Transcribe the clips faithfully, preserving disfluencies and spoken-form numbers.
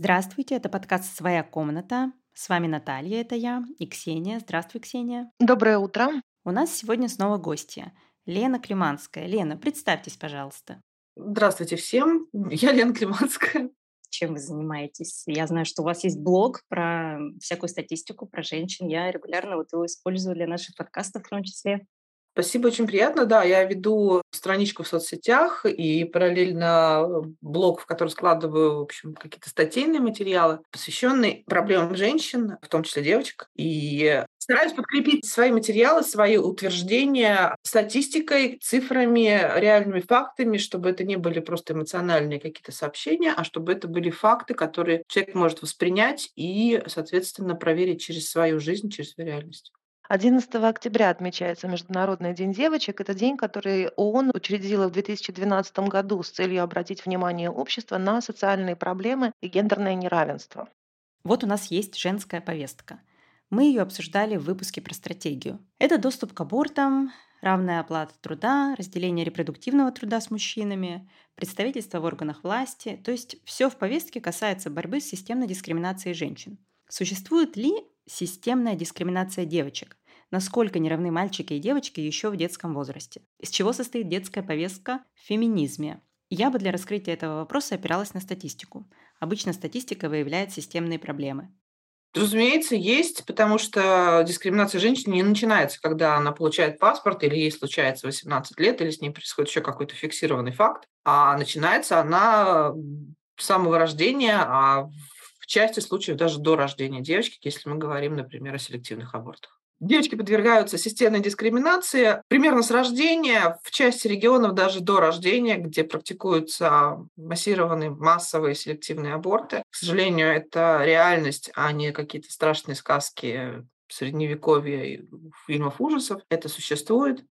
Здравствуйте, это подкаст «Своя комната». С вами Наталья, это я, и Ксения. Здравствуй, Ксения. Доброе утро. У нас сегодня снова гостья. Лена Климанская. Лена, представьтесь, пожалуйста. Здравствуйте всем. Я Лена Климанская. Чем вы занимаетесь? Я знаю, что у вас есть блог про всякую статистику, про женщин. Я регулярно вот его использую для наших подкастов в том числе. Спасибо, очень приятно. Да, я веду страничку в соцсетях и параллельно блог, в который складываю, в общем, какие-то статейные материалы, посвященные проблемам женщин, в том числе девочек. И стараюсь подкрепить свои материалы, свои утверждения статистикой, цифрами, реальными фактами, чтобы это не были просто эмоциональные какие-то сообщения, а чтобы это были факты, которые человек может воспринять и, соответственно, проверить через свою жизнь, через свою реальность. одиннадцатого октября отмечается Международный день девочек. Это день, который ООН учредила в две тысячи двенадцатом году с целью обратить внимание общества на социальные проблемы и гендерное неравенство. Вот у нас есть женская повестка. Мы ее обсуждали в выпуске про стратегию. Это доступ к абортам, равная оплата труда, разделение репродуктивного труда с мужчинами, представительство в органах власти. То есть все в повестке касается борьбы с системной дискриминацией женщин. Существует ли системная дискриминация девочек? Насколько неравны мальчики и девочки еще в детском возрасте? Из чего состоит детская повестка в феминизме? Я бы для раскрытия этого вопроса опиралась на статистику. Обычно статистика выявляет системные проблемы. Разумеется, есть, потому что дискриминация женщин не начинается, когда она получает паспорт или ей случается восемнадцать лет, или с ней происходит еще какой-то фиксированный факт, а начинается она с самого рождения, а в части случаев даже до рождения девочки, если мы говорим, например, о селективных абортах. Девочки подвергаются системной дискриминации примерно с рождения, в части регионов даже до рождения, где практикуются массированные массовые селективные аборты. К сожалению, это реальность, а не какие-то страшные сказки средневековья и фильмов ужасов. Это существует.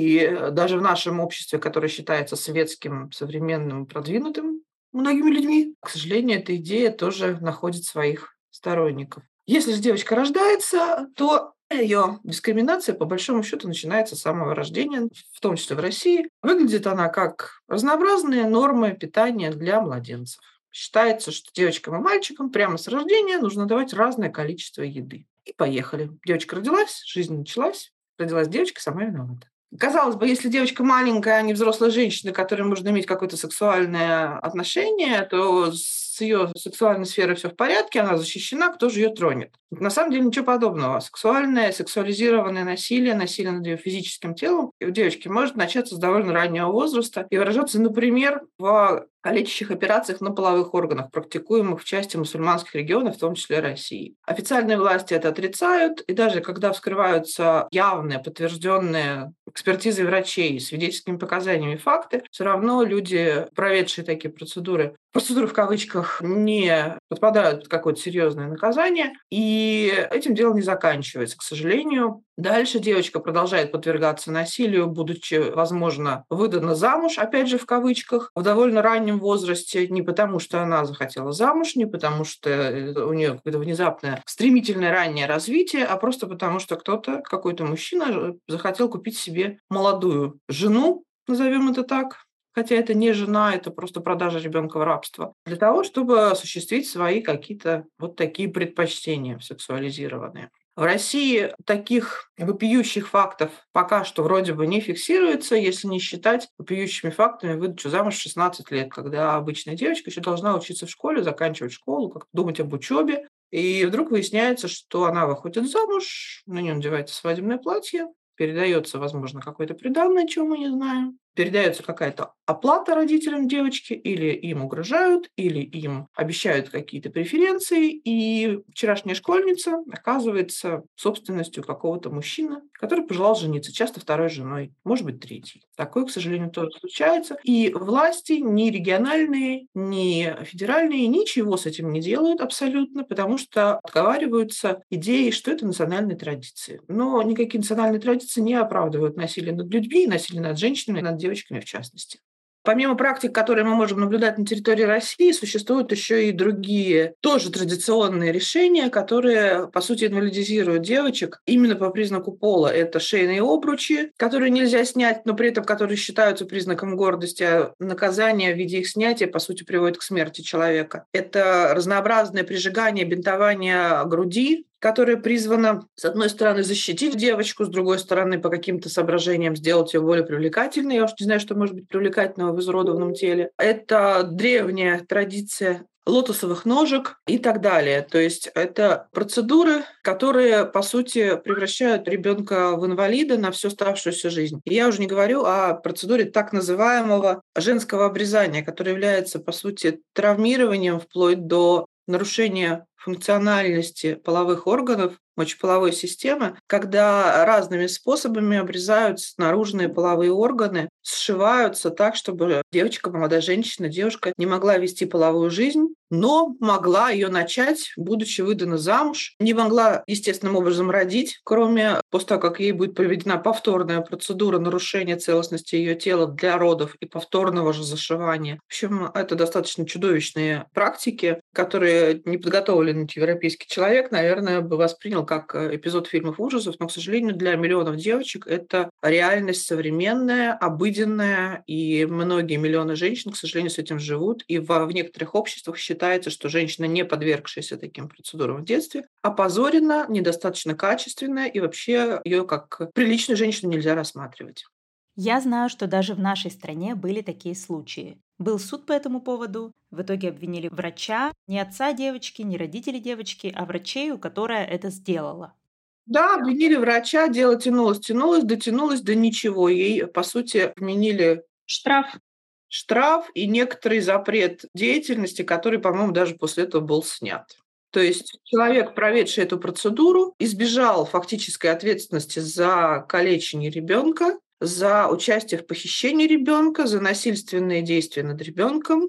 И даже в нашем обществе, которое считается светским, современным, продвинутым многими людьми, к сожалению, эта идея тоже находит своих сторонников. Если же девочка рождается, то ее дискриминация, по большому счету, начинается с самого рождения, в том числе в России. Выглядит она как разнообразные нормы питания для младенцев. Считается, что девочкам и мальчикам прямо с рождения нужно давать разное количество еды. И поехали. Девочка родилась, жизнь началась, родилась девочка, сама виновата. Казалось бы, если девочка маленькая, а не взрослая женщина, к которой можно иметь какое-то сексуальное отношение, то с ее сексуальной сферой все в порядке, она защищена, кто же ее тронет? На самом деле ничего подобного. Сексуальное, сексуализированное насилие, насилие над ее физическим телом у девочки может начаться с довольно раннего возраста и выражаться, например, в калечащих операциях на половых органах, практикуемых в части мусульманских регионов, в том числе России. Официальные власти это отрицают, и даже когда вскрываются явные, подтвержденные экспертизой врачей, свидетельскими показаниями факты, все равно люди, проведшие такие процедуры, процедуры в кавычках, не подпадают под какое-то серьезное наказание, и этим дело не заканчивается, к сожалению. Дальше девочка продолжает подвергаться насилию, будучи, возможно, выдана замуж, опять же в кавычках, в довольно раннем возрасте, не потому что она захотела замуж, не потому что у нее какое-то внезапное стремительное раннее развитие, а просто потому что кто-то, какой-то мужчина захотел купить себе молодую жену, назовем это так, хотя это не жена, это просто продажа ребенка в рабство, для того, чтобы осуществить свои какие-то вот такие предпочтения сексуализированные. В России таких вопиющих фактов пока что вроде бы не фиксируется, если не считать вопиющими фактами выдачу замуж в шестнадцать лет, когда обычная девочка еще должна учиться в школе, заканчивать школу, как думать об учебе. И вдруг выясняется, что она выходит замуж, на нее надевается свадебное платье, передается, возможно, какое-то приданое, чего мы не знаем, передается какая-то оплата родителям девочки, или им угрожают, или им обещают какие-то преференции, и вчерашняя школьница оказывается собственностью какого-то мужчины, который пожелал жениться, часто второй женой, может быть, третьей. Такое, к сожалению, тоже случается. И власти, ни региональные, ни федеральные, ничего с этим не делают абсолютно, потому что отговариваются идеей, что это национальные традиции. Но никакие национальные традиции не оправдывают насилие над людьми, насилие над женщинами, над девочками в частности. Помимо практик, которые мы можем наблюдать на территории России, существуют еще и другие, тоже традиционные решения, которые, по сути, инвалидизируют девочек именно по признаку пола. Это шейные обручи, которые нельзя снять, но при этом которые считаются признаком гордости, а наказание в виде их снятия, по сути, приводит к смерти человека. Это разнообразное прижигание, бинтование груди, которое призвано, с одной стороны, защитить девочку, с другой стороны, по каким-то соображениям сделать ее более привлекательной. Я уж не знаю, что может быть привлекательного в изуродованном теле. Это древняя традиция лотосовых ножек и так далее. То есть это процедуры, которые, по сути, превращают ребенка в инвалида на всю оставшуюся жизнь. И я уже не говорю о процедуре так называемого женского обрезания, которое является, по сути, травмированием вплоть до нарушения функциональности половых органов, мочеполовой системы, когда разными способами обрезаются наружные половые органы, сшиваются так, чтобы девочка, молодая женщина, девушка не могла вести половую жизнь, но могла ее начать, будучи выдана замуж, не могла естественным образом родить, кроме после того, как ей будет проведена повторная процедура нарушения целостности ее тела для родов и повторного же зашивания. В общем, это достаточно чудовищные практики, которые неподготовленный европейский человек, наверное, бы воспринял как эпизод фильмов ужасов, но, к сожалению, для миллионов девочек это реальность современная, обыденная, и многие миллионы женщин, к сожалению, с этим живут. И в, в некоторых обществах считается, что женщина, не подвергшаяся таким процедурам в детстве, опозорена, недостаточно качественная, и вообще ее как приличную женщину нельзя рассматривать. Я знаю, что даже в нашей стране были такие случаи. Был суд по этому поводу. В итоге обвинили врача, не отца девочки, не родителей девочки, а врачею, которая это сделала. Да, обвинили врача, дело тянулось, тянулось, дотянулось до ничего. Ей, по сути, вменили Штраф. штраф и некоторый запрет деятельности, который, по-моему, даже после этого был снят. То есть человек, проведший эту процедуру, избежал фактической ответственности за калечение ребенка, за участие в похищении ребенка, за насильственные действия над ребенком,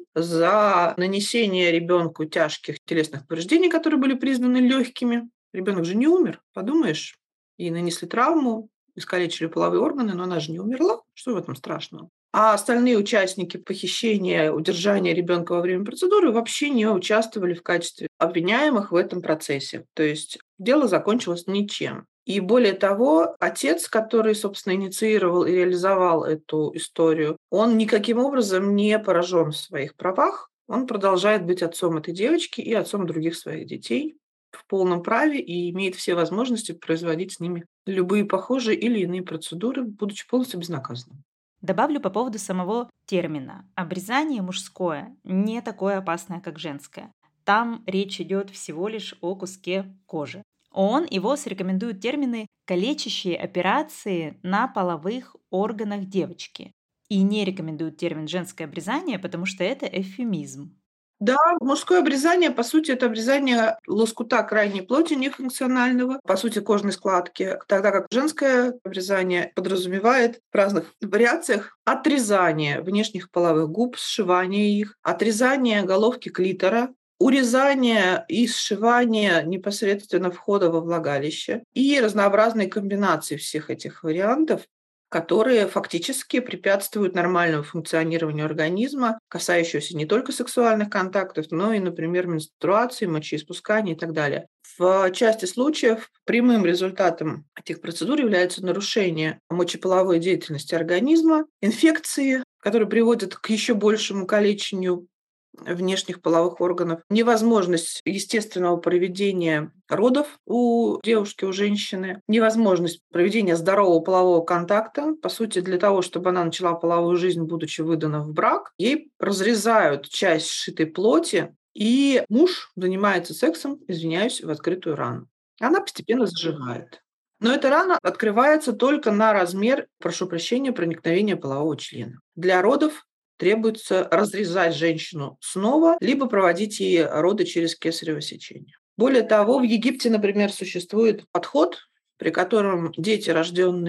за нанесение ребенку тяжких телесных повреждений, которые были признаны легкими. Ребенок же не умер, подумаешь, и нанесли травму, искалечили половые органы, но она же не умерла. Что в этом страшного? А остальные участники похищения, удержания ребенка во время процедуры вообще не участвовали в качестве обвиняемых в этом процессе. То есть дело закончилось ничем. И более того, отец, который, собственно, инициировал и реализовал эту историю, он никаким образом не поражен в своих правах. Он продолжает быть отцом этой девочки и отцом других своих детей в полном праве и имеет все возможности производить с ними любые похожие или иные процедуры, будучи полностью безнаказанным. Добавлю по поводу самого термина. Обрезание мужское не такое опасное, как женское. Там речь идет всего лишь о куске кожи. ООН и ВОЗ рекомендуют термины «калечащие операции на половых органах девочки» и не рекомендуют термин «женское обрезание», потому что это эвфемизм. Да, мужское обрезание, по сути, это обрезание лоскута крайней плоти нефункционального, по сути, кожной складки, тогда как женское обрезание подразумевает в разных вариациях отрезание внешних половых губ, сшивание их, отрезание головки клитора, урезание и сшивание непосредственно входа во влагалище и разнообразные комбинации всех этих вариантов, которые фактически препятствуют нормальному функционированию организма, касающегося не только сексуальных контактов, но и, например, менструации, мочеиспускания и так далее. В части случаев прямым результатом этих процедур является нарушение мочеполовой деятельности организма, инфекции, которые приводят к еще большему калечению внешних половых органов, невозможность естественного проведения родов у девушки, у женщины, невозможность проведения здорового полового контакта. По сути, для того, чтобы она начала половую жизнь, будучи выдана в брак, ей разрезают часть сшитой плоти, и муж занимается сексом, извиняюсь, в открытую рану. Она постепенно заживает. Но эта рана открывается только на размер, прошу прощения, проникновения полового члена. Для родов требуется разрезать женщину снова, либо проводить ей роды через кесарево сечение. Более того, в Египте, например, существует подход, при котором дети, рожденные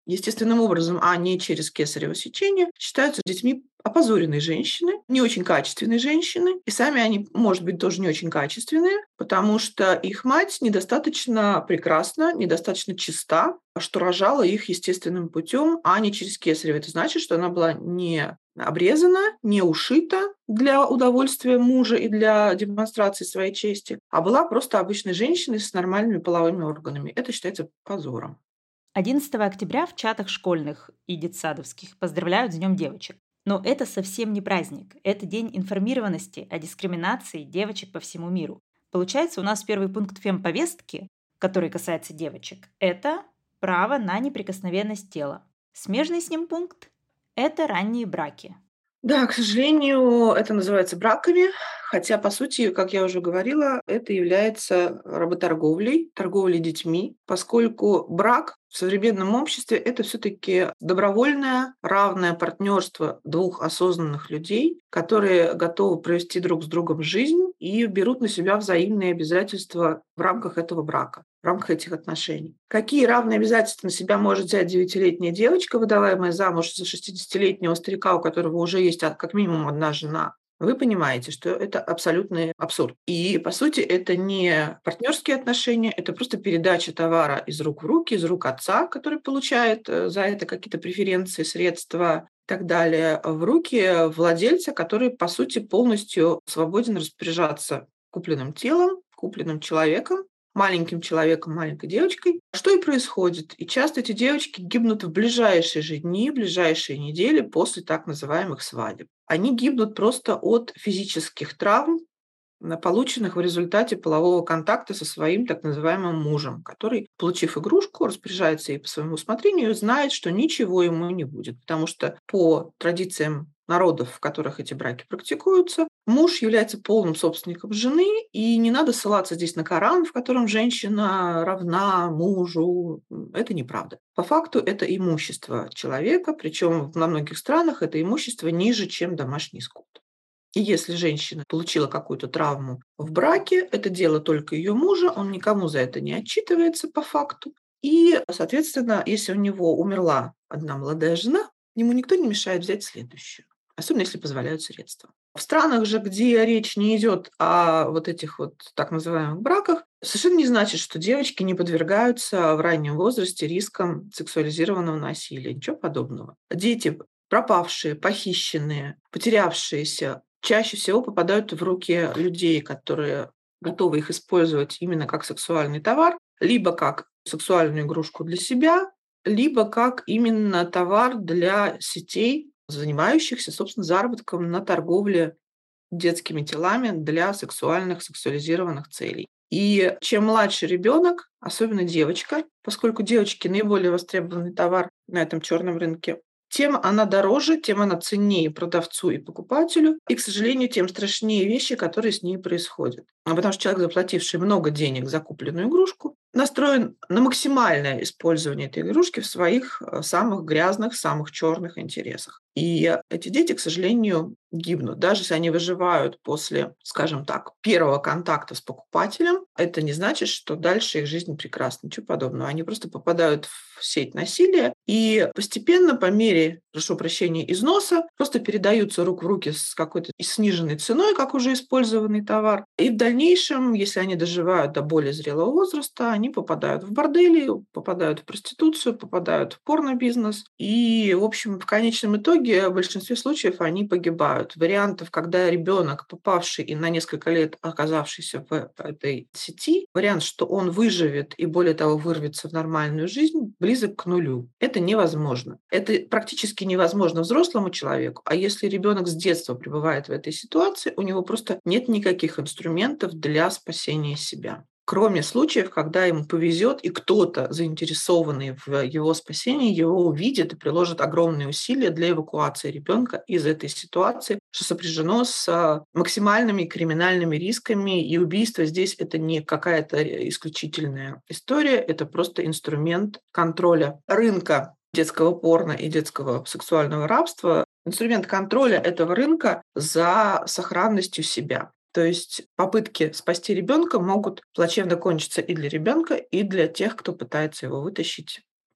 естественным образом, а не через кесарево сечение, считаются детьми опозоренной женщины, не очень качественной женщины. И сами они, может быть, тоже не очень качественные, потому что их мать недостаточно прекрасна, недостаточно чиста, что рожала их естественным путем, а не через кесарево. Это значит, что она была не обрезана, не ушита для удовольствия мужа и для демонстрации своей чести, а была просто обычной женщиной с нормальными половыми органами. Это считается позором. одиннадцатого октября в чатах школьных и детсадовских поздравляют с Днем девочек. Но это совсем не праздник. Это день информированности о дискриминации девочек по всему миру. Получается, у нас первый пункт фемповестки, который касается девочек, это право на неприкосновенность тела. Смежный с ним пункт – это ранние браки. Да, к сожалению, это называется браками, хотя, по сути, как я уже говорила, это является работорговлей, торговлей детьми, поскольку брак в современном обществе – это все-таки добровольное, равное партнерство двух осознанных людей, которые готовы провести друг с другом жизнь и берут на себя взаимные обязательства в рамках этого брака, в рамках этих отношений. Какие равные обязательства на себя может взять девятилетняя девочка, выдаваемая замуж за шестидесятилетнего старика, у которого уже есть как минимум одна жена? Вы понимаете, что это абсолютный абсурд. И, по сути, это не партнерские отношения, это просто передача товара из рук в руки, из рук отца, который получает за это какие-то преференции, средства и так далее, в руки владельца, который, по сути, полностью свободен распоряжаться купленным телом, купленным человеком, маленьким человеком, маленькой девочкой. Что и происходит. И часто эти девочки гибнут в ближайшие же дни, в ближайшие недели после так называемых свадеб. Они гибнут просто от физических травм, полученных в результате полового контакта со своим так называемым мужем, который, получив игрушку, распоряжается ей по своему усмотрению и знает, что ничего ему не будет. Потому что по традициям народов, в которых эти браки практикуются, муж является полным собственником жены, и не надо ссылаться здесь на Коран, в котором женщина равна мужу. Это неправда. По факту это имущество человека, причем на многих странах это имущество ниже, чем домашний скот. И если женщина получила какую-то травму в браке, это дело только ее мужа, он никому за это не отчитывается по факту. И, соответственно, если у него умерла одна молодая жена, ему никто не мешает взять следующую, особенно если позволяют средства. В странах же, где речь не идет о вот этих вот так называемых браках, совершенно не значит, что девочки не подвергаются в раннем возрасте рискам сексуализированного насилия. Ничего подобного. Дети, пропавшие, похищенные, потерявшиеся, чаще всего попадают в руки людей, которые готовы их использовать именно как сексуальный товар, либо как сексуальную игрушку для себя, либо как именно товар для сетей, занимающихся, собственно, заработком на торговле детскими телами для сексуальных, сексуализированных целей. И чем младше ребенок, особенно девочка, поскольку девочки наиболее востребованный товар на этом черном рынке, тем она дороже, тем она ценнее продавцу и покупателю, и, к сожалению, тем страшнее вещи, которые с ней происходят. Потому что человек, заплативший много денег за купленную игрушку, настроен на максимальное использование этой игрушки в своих самых грязных, самых черных интересах. И эти дети, к сожалению, гибнут. Даже если они выживают после, скажем так, первого контакта с покупателем, это не значит, что дальше их жизнь прекрасна. Ничего подобного. Они просто попадают в сеть насилия и постепенно, по мере, прошу прощения, износа, просто передаются рук в руки с какой-то сниженной ценой, как уже использованный товар. И в дальнейшем, если они доживают до более зрелого возраста, они попадают в бордели, попадают в проституцию, попадают в порнобизнес. И, в общем, в конечном итоге в большинстве случаев они погибают. Вариантов, когда ребенок, попавший и на несколько лет оказавшийся в этой сети, вариант, что он выживет и, более того, вырвется в нормальную жизнь, близок к нулю. Это невозможно. Это практически невозможно взрослому человеку. А если ребенок с детства пребывает в этой ситуации, у него просто нет никаких инструментов для спасения себя. Кроме случаев, когда ему повезет, и кто-то, заинтересованный в его спасении, его увидит и приложит огромные усилия для эвакуации ребенка из этой ситуации, что сопряжено с максимальными криминальными рисками. И убийство здесь это не какая-то исключительная история, это просто инструмент контроля рынка детского порно и детского сексуального рабства, инструмент контроля этого рынка за сохранностью себя. То есть попытки спасти ребенка могут плачевно кончиться и для ребенка, и для тех, кто пытается его вытащить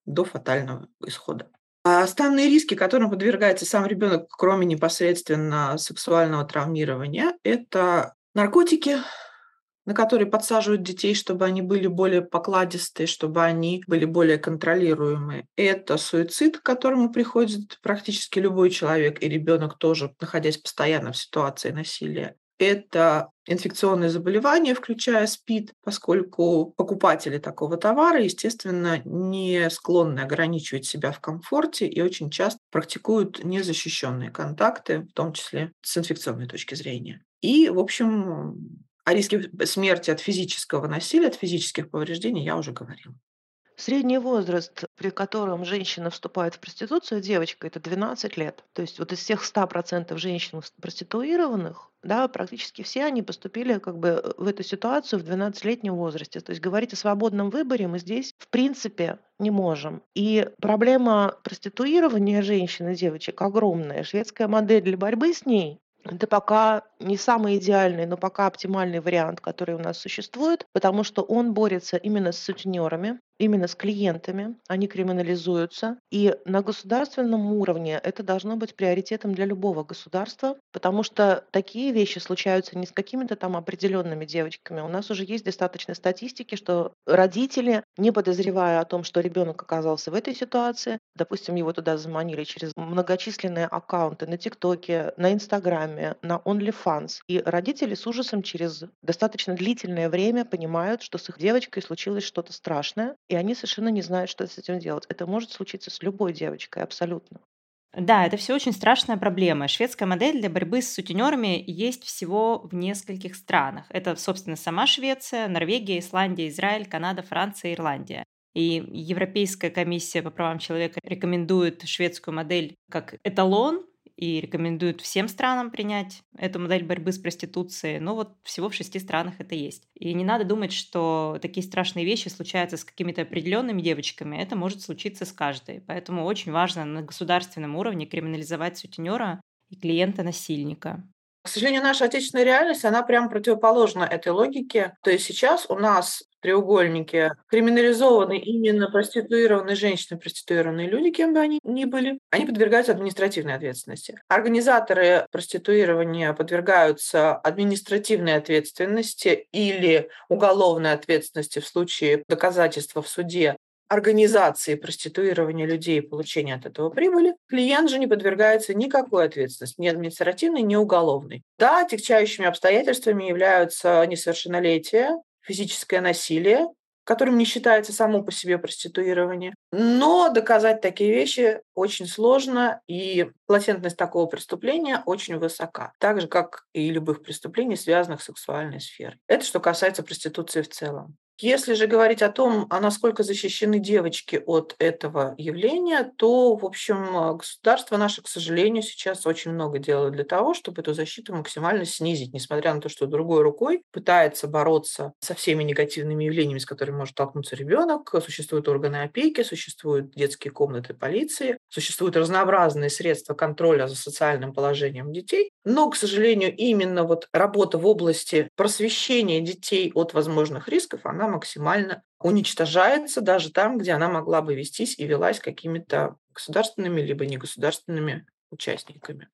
до фатального исхода. А основные риски, которым подвергается сам ребенок, кроме непосредственно сексуального травмирования, это наркотики, на которые подсаживают детей, чтобы они были более покладистые, чтобы они были более контролируемые. Это суицид, к которому приходит практически любой человек, и ребенок тоже, находясь постоянно в ситуации насилия. Это инфекционные заболевания, включая СПИД, поскольку покупатели такого товара, естественно, не склонны ограничивать себя в комфорте и очень часто практикуют незащищенные контакты, в том числе с инфекционной точки зрения. И, в общем, о риске смерти от физического насилия, от физических повреждений я уже говорила. Средний возраст, при котором женщина вступает в проституцию, девочка, это двенадцать лет. То есть вот из всех ста процентов женщин проституированных, да, практически все они поступили как бы э, в эту ситуацию в двенадцатилетнем возрасте. То есть говорить о свободном выборе мы здесь в принципе не можем. И проблема проституирования женщин и девочек огромная. Шведская модель для борьбы с ней это пока не самый идеальный, но пока оптимальный вариант, который у нас существует, потому что он борется именно с сутенерами, именно с клиентами, они криминализуются. И на государственном уровне это должно быть приоритетом для любого государства, потому что такие вещи случаются не с какими-то там определенными девочками. У нас уже есть достаточно статистики, что родители, не подозревая о том, что ребенок оказался в этой ситуации, допустим, его туда заманили через многочисленные аккаунты на ТикТоке, на Инстаграме, на OnlyFans. И родители с ужасом через достаточно длительное время понимают, что с их девочкой случилось что-то страшное, и они совершенно не знают, что с этим делать. Это может случиться с любой девочкой, абсолютно. Да, это все очень страшная проблема. Шведская модель для борьбы с сутенерами есть всего в нескольких странах. Это, собственно, сама Швеция, Норвегия, Исландия, Израиль, Канада, Франция, Ирландия. И Европейская комиссия по правам человека рекомендует шведскую модель как эталон и рекомендует всем странам принять эту модель борьбы с проституцией. Но вот всего в шести странах это есть. И не надо думать, что такие страшные вещи случаются с какими-то определенными девочками. Это может случиться с каждой. Поэтому очень важно на государственном уровне криминализовать сутенера и клиента-насильника. К сожалению, наша отечественная реальность, она прям противоположна этой логике. То есть сейчас у нас в треугольнике криминализованы именно проституированные женщины, проституированные люди, кем бы они ни были. Они подвергаются административной ответственности. Организаторы проституирования подвергаются административной ответственности или уголовной ответственности в случае доказательства в суде организации проституирования людей и получения от этого прибыли, клиент же не подвергается никакой ответственности, ни административной, ни уголовной. Да, отягчающими обстоятельствами являются несовершеннолетие, физическое насилие, которым не считается само по себе проституирование. Но доказать такие вещи очень сложно, и латентность такого преступления очень высока, так же, как и любых преступлений, связанных с сексуальной сферой. Это что касается проституции в целом. Если же говорить о том, а насколько защищены девочки от этого явления, то, в общем, государство наше, к сожалению, сейчас очень много делает для того, чтобы эту защиту максимально снизить, несмотря на то, что другой рукой пытается бороться со всеми негативными явлениями, с которыми может столкнуться ребенок. Существуют органы опеки, существуют детские комнаты полиции, существуют разнообразные средства контроля за социальным положением детей. Но, к сожалению, именно вот работа в области просвещения детей от возможных рисков, она максимально уничтожается даже там, где она могла бы вестись и велась какими-то государственными либо негосударственными участниками.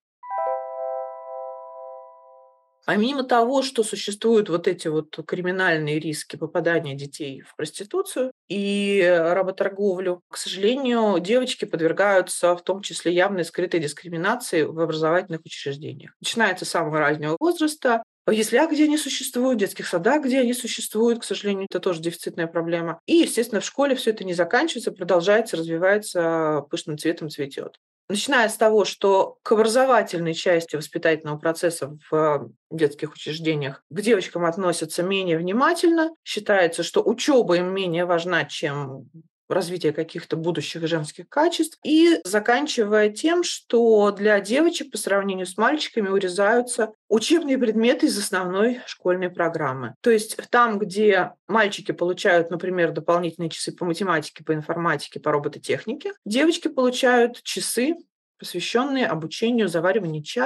Помимо того, что существуют вот эти вот криминальные риски попадания детей в проституцию и работорговлю, к сожалению, девочки подвергаются в том числе явной скрытой дискриминации в образовательных учреждениях. Начинается с самого раннего возраста. В яслях, где они существуют, в детских садах, где они существуют, к сожалению, это тоже дефицитная проблема. И, естественно, в школе все это не заканчивается, продолжается, развивается, пышным цветом цветет. Начиная с того, что к образовательной части воспитательного процесса в детских учреждениях к девочкам относятся менее внимательно. Считается, что учеба им менее важна, чем развитие каких-то будущих женских качеств. И заканчивая тем, что для девочек по сравнению с мальчиками урезаются учебные предметы из основной школьной программы. То есть там, где мальчики получают, например, дополнительные часы по математике, по информатике, по робототехнике, девочки получают часы, посвященные обучению завариванию чая,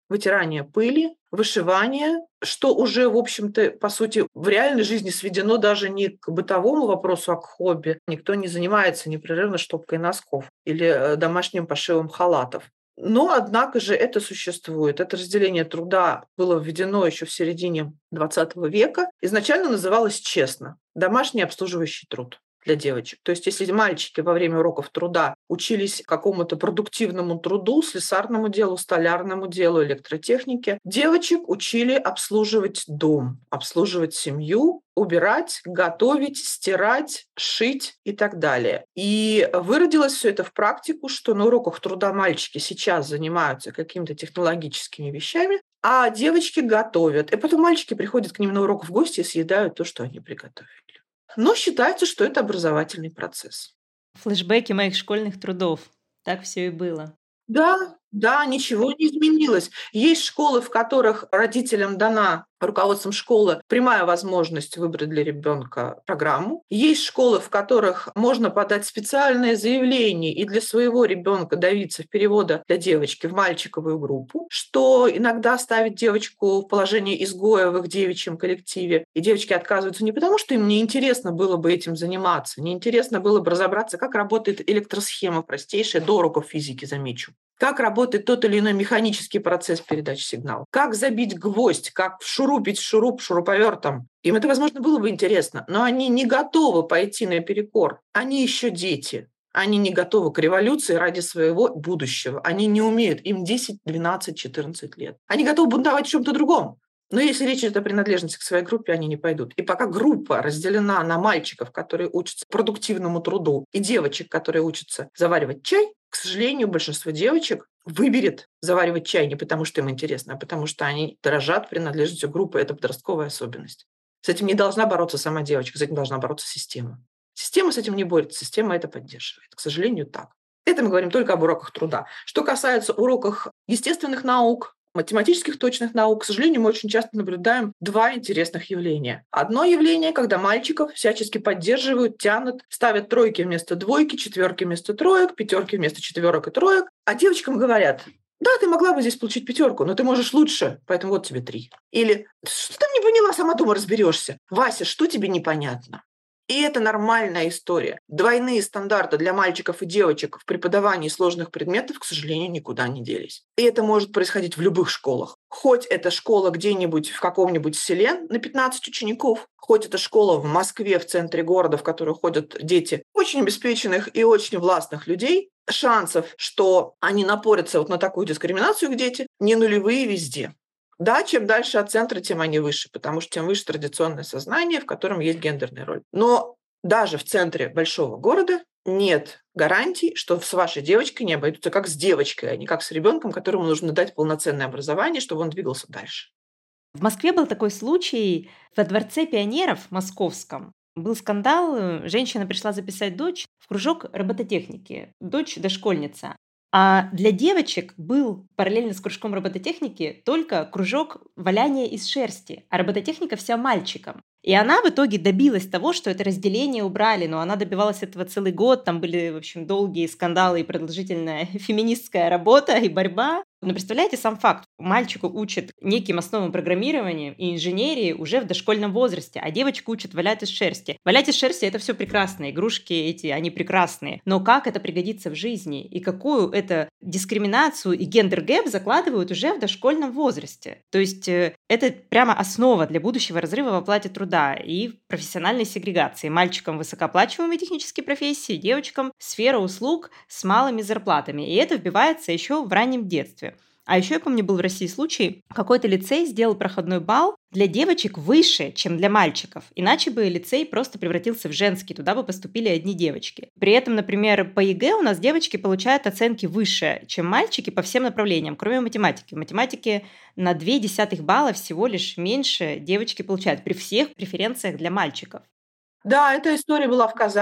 вытирание пыли, вышивание, что уже, в общем-то, по сути, в реальной жизни сведено даже не к бытовому вопросу, а к хобби. Никто не занимается непрерывно штопкой носков или э, домашним пошивом халатов. Но, однако же, это существует. Это разделение труда было введено еще в середине двадцатого века. Изначально называлось честно – домашний обслуживающий труд для девочек. То есть если мальчики во время уроков труда учились какому-то продуктивному труду, слесарному делу, столярному делу, электротехнике, девочек учили обслуживать дом, обслуживать семью, убирать, готовить, стирать, шить и так далее. И выродилось все это в практику, что на уроках труда мальчики сейчас занимаются какими-то технологическими вещами, а девочки готовят. И потом мальчики приходят к ним на урок в гости и съедают то, что они приготовили. Но считается, что это образовательный процесс. Флэшбэки моих школьных трудов. Так все и было. Да, да, ничего не изменилось. Есть школы, в которых родителям дана руководством школы прямая возможность выбрать для ребенка программу. Есть школы, в которых можно подать специальное заявление и для своего ребенка добиться перевода для девочки в мальчиковую группу, что иногда ставит девочку в положение изгоя в их девичьем коллективе. И девочки отказываются не потому, что им не интересно было бы этим заниматься, не интересно было бы разобраться, как работает электросхема простейшая, до уроков физики, замечу. Как работает тот или иной механический процесс передачи сигнала, как забить гвоздь, как вшурупить шуруп шуруповертом. Им это, возможно, было бы интересно, но они не готовы пойти наперекор. Они еще дети. Они не готовы к революции ради своего будущего. Они не умеют. Им десять, двенадцать, четырнадцать лет. Они готовы бунтовать в чем-то другом. Но если речь идет о принадлежности к своей группе, они не пойдут. И пока группа разделена на мальчиков, которые учатся продуктивному труду, и девочек, которые учатся заваривать чай, к сожалению, большинство девочек выберет заваривать чай не потому, что им интересно, а потому что они дорожат принадлежностью группы. Это подростковая особенность. С этим не должна бороться сама девочка, с этим должна бороться система. Система с этим не борется, система это поддерживает. К сожалению, так. Это мы говорим только об уроках труда. Что касается уроков естественных наук, математических точных наук, к сожалению, мы очень часто наблюдаем два интересных явления. Одно явление, когда мальчиков всячески поддерживают, тянут, ставят тройки вместо двойки, четверки вместо троек, пятерки вместо четверок и троек, а девочкам говорят: да, ты могла бы здесь получить пятерку, но ты можешь лучше, поэтому вот тебе три. Или что ты не поняла, сама дома разберешься. Вася, что тебе непонятно? И это нормальная история. Двойные стандарты для мальчиков и девочек в преподавании сложных предметов, к сожалению, никуда не делись. И это может происходить в любых школах. Хоть это школа где-нибудь в каком-нибудь селе на пятнадцать учеников, хоть это школа в Москве, в центре города, в которую ходят дети очень обеспеченных и очень властных людей, шансов, что они напорятся вот на такую дискриминацию, как дети, не нулевые везде. Да, чем дальше от центра, тем они выше, потому что тем выше традиционное сознание, в котором есть гендерная роль. Но даже в центре большого города нет гарантий, что с вашей девочкой не обойдутся как с девочкой, а не как с ребенком, которому нужно дать полноценное образование, чтобы он двигался дальше. В Москве был такой случай во Дворце пионеров московском. Был скандал, женщина пришла записать дочь в кружок робототехники, дочь дошкольница. А для девочек был параллельно с кружком робототехники только кружок валяния из шерсти, а робототехника вся мальчикам. И она в итоге добилась того, что это разделение убрали, но она добивалась этого целый год, там были, в общем, долгие скандалы и продолжительная феминистская работа и борьба. Но представляете сам факт, мальчику учат неким основам программирования и инженерии уже в дошкольном возрасте, а девочку учат валять из шерсти. Валять из шерсти – это все прекрасно, игрушки эти, они прекрасные. Но как это пригодится в жизни? И какую это дискриминацию и гендер-гэп закладывают уже в дошкольном возрасте? То есть это прямо основа для будущего разрыва в оплате труда и профессиональной сегрегации. Мальчикам высокооплачиваемые технические профессии, девочкам сфера услуг с малыми зарплатами. И это вбивается еще в раннем детстве. А еще, я помню, был в России случай, какой-то лицей сделал проходной балл для девочек выше, чем для мальчиков. Иначе бы лицей просто превратился в женский, туда бы поступили одни девочки. При этом, например, по ЕГЭ у нас девочки получают оценки выше, чем мальчики по всем направлениям, кроме математики. В математике на ноль целых две десятых балла всего лишь меньше девочки получают при всех преференциях для мальчиков. Да, эта история была в Казани.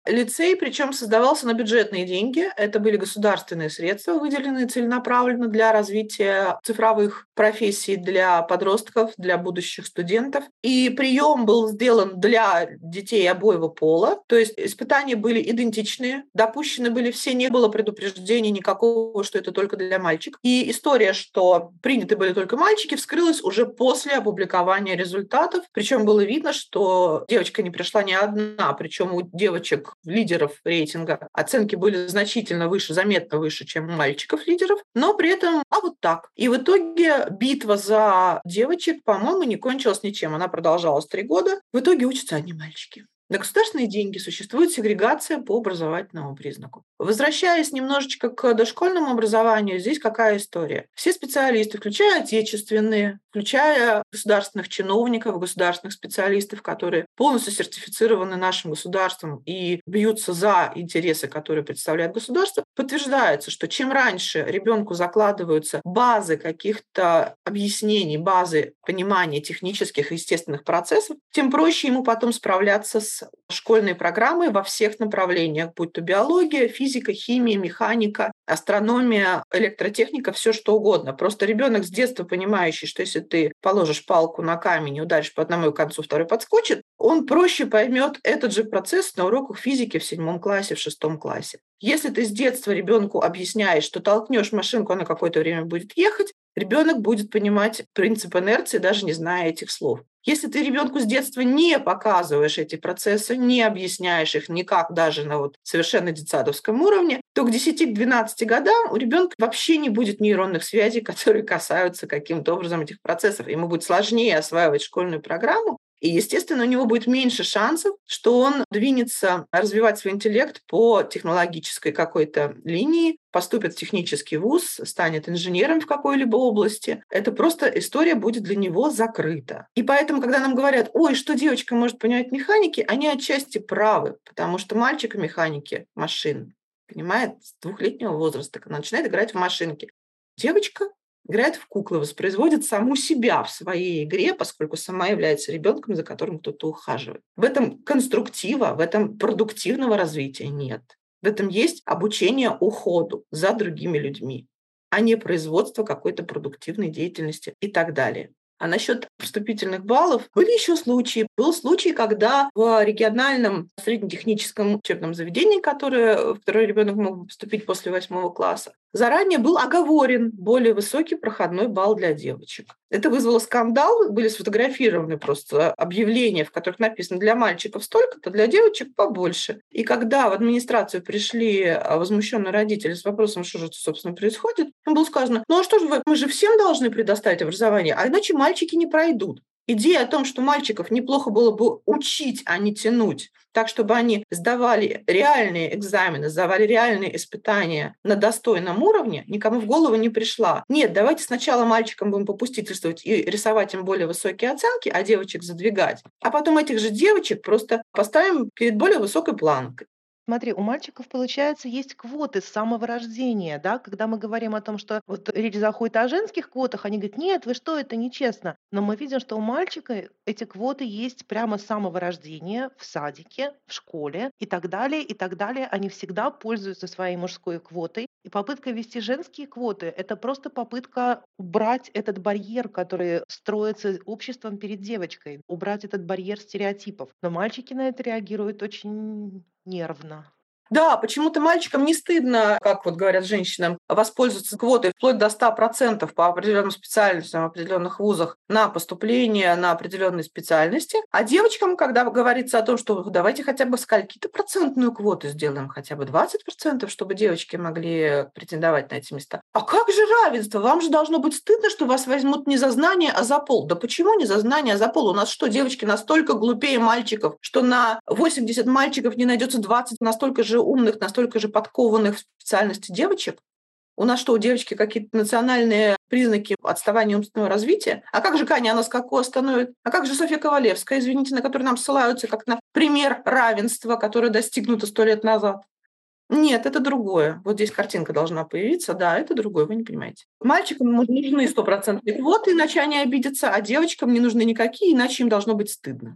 Лицей, причем создавался на бюджетные деньги. Это были государственные средства, выделенные целенаправленно для развития цифровых профессий для подростков, для будущих студентов. И прием был сделан для детей обоего пола. То есть испытания были идентичные, допущены были все, не было предупреждений никакого, что это только для мальчиков. И история, что приняты были только мальчики, вскрылась уже после опубликования результатов. Причем было видно, что девочка не пришла не одна, причем у девочек лидеров рейтинга оценки были значительно выше, заметно выше, чем у мальчиков-лидеров, но при этом, а вот так. И в итоге битва за девочек, по-моему, не кончилась ничем. Она продолжалась три года. В итоге учатся одни мальчики. На государственные деньги существует сегрегация по образовательному признаку. Возвращаясь немножечко к дошкольному образованию, здесь какая история? Все специалисты, включая отечественные, включая государственных чиновников, государственных специалистов, которые полностью сертифицированы нашим государством и бьются за интересы, которые представляет государство, подтверждается, что чем раньше ребенку закладываются базы каких-то объяснений, базы понимания технических и естественных процессов, тем проще ему потом справляться с школьной программой во всех направлениях, будь то биология, физика, химия, механика, астрономия, электротехника, все что угодно. Просто ребенок с детства понимающий, что если ты положишь палку на камень и ударишь по одному концу, второй подскочит, он проще поймет этот же процесс на уроках физики в седьмом классе, в шестом классе. Если ты с детства ребенку объясняешь, что толкнешь машинку, она какое-то время будет ехать, ребенок будет понимать принцип инерции, даже не зная этих слов. Если ты ребенку с детства не показываешь эти процессы, не объясняешь их никак даже на вот совершенно детсадовском уровне, то к десяти-двенадцати годам у ребенка вообще не будет нейронных связей, которые касаются каким-то образом этих процессов. Ему будет сложнее осваивать школьную программу, и, естественно, у него будет меньше шансов, что он двинется развивать свой интеллект по технологической какой-то линии, поступит в технический вуз, станет инженером в какой-либо области. Это просто история будет для него закрыта. И поэтому, когда нам говорят, ой, что девочка может понимать в механике, они отчасти правы, потому что мальчик в механике машин понимает с двухлетнего возраста, когда начинает играть в машинки. Девочка играет в куклы, воспроизводит саму себя в своей игре, поскольку сама является ребенком, за которым кто-то ухаживает. В этом конструктива, в этом продуктивного развития нет. В этом есть обучение уходу за другими людьми, а не производство какой-то продуктивной деятельности и так далее. А насчет вступительных баллов были еще случаи. Был случай, когда в региональном среднетехническом учебном заведении, которое, в которое ребенок мог поступить после восьмого класса, заранее был оговорен более высокий проходной балл для девочек. Это вызвало скандал, были сфотографированы просто объявления, в которых написано «для мальчиков столько-то, для девочек побольше». И когда в администрацию пришли возмущенные родители с вопросом, что же, собственно, происходит, им было сказано, ну а что же вы, мы же всем должны предоставить образование, а иначе мальчики не пройдут. Идея о том, что мальчиков неплохо было бы учить, а не тянуть, так, чтобы они сдавали реальные экзамены, сдавали реальные испытания на достойном уровне, никому в голову не пришла. Нет, давайте сначала мальчикам будем попустительствовать и рисовать им более высокие оценки, а девочек задвигать, а потом этих же девочек просто поставим перед более высокой планкой. Смотри, у мальчиков, получается, есть квоты с самого рождения, да? Когда мы говорим о том, что вот речь заходит о женских квотах, они говорят, нет, вы что, это нечестно. Но мы видим, что у мальчика эти квоты есть прямо с самого рождения, в садике, в школе и так далее, и так далее. Они всегда пользуются своей мужской квотой. И попытка ввести женские квоты– это просто попытка убрать этот барьер, который строится обществом перед девочкой, убрать этот барьер стереотипов. Но мальчики на это реагируют очень нервно. Да, почему-то мальчикам не стыдно, как вот говорят женщинам, воспользоваться квотой вплоть до ста процентов по определенным специальностям в определенных вузах на поступление на определенные специальности. А девочкам, когда говорится о том, что давайте хотя бы скольки-то процентную квоту сделаем, хотя бы двадцать процентов, чтобы девочки могли претендовать на эти места. А как же равенство? Вам же должно быть стыдно, что вас возьмут не за знание, а за пол. Да почему не за знание, а за пол? У нас что, девочки настолько глупее мальчиков, что на восемьдесят мальчиков не найдется двадцать настолько же умных, настолько же подкованных в специальности девочек? У нас что, у девочки какие-то национальные признаки отставания умственного развития? А как же Каня, она скаку остановит? А как же Софья Ковалевская, извините, на которую нам ссылаются как на пример равенства, которое достигнуто сто лет назад? Нет, это другое. Вот здесь картинка должна появиться. Да, это другое, вы не понимаете. Мальчикам нужны стопроцентные квоты, иначе они обидятся, а девочкам не нужны никакие, иначе им должно быть стыдно.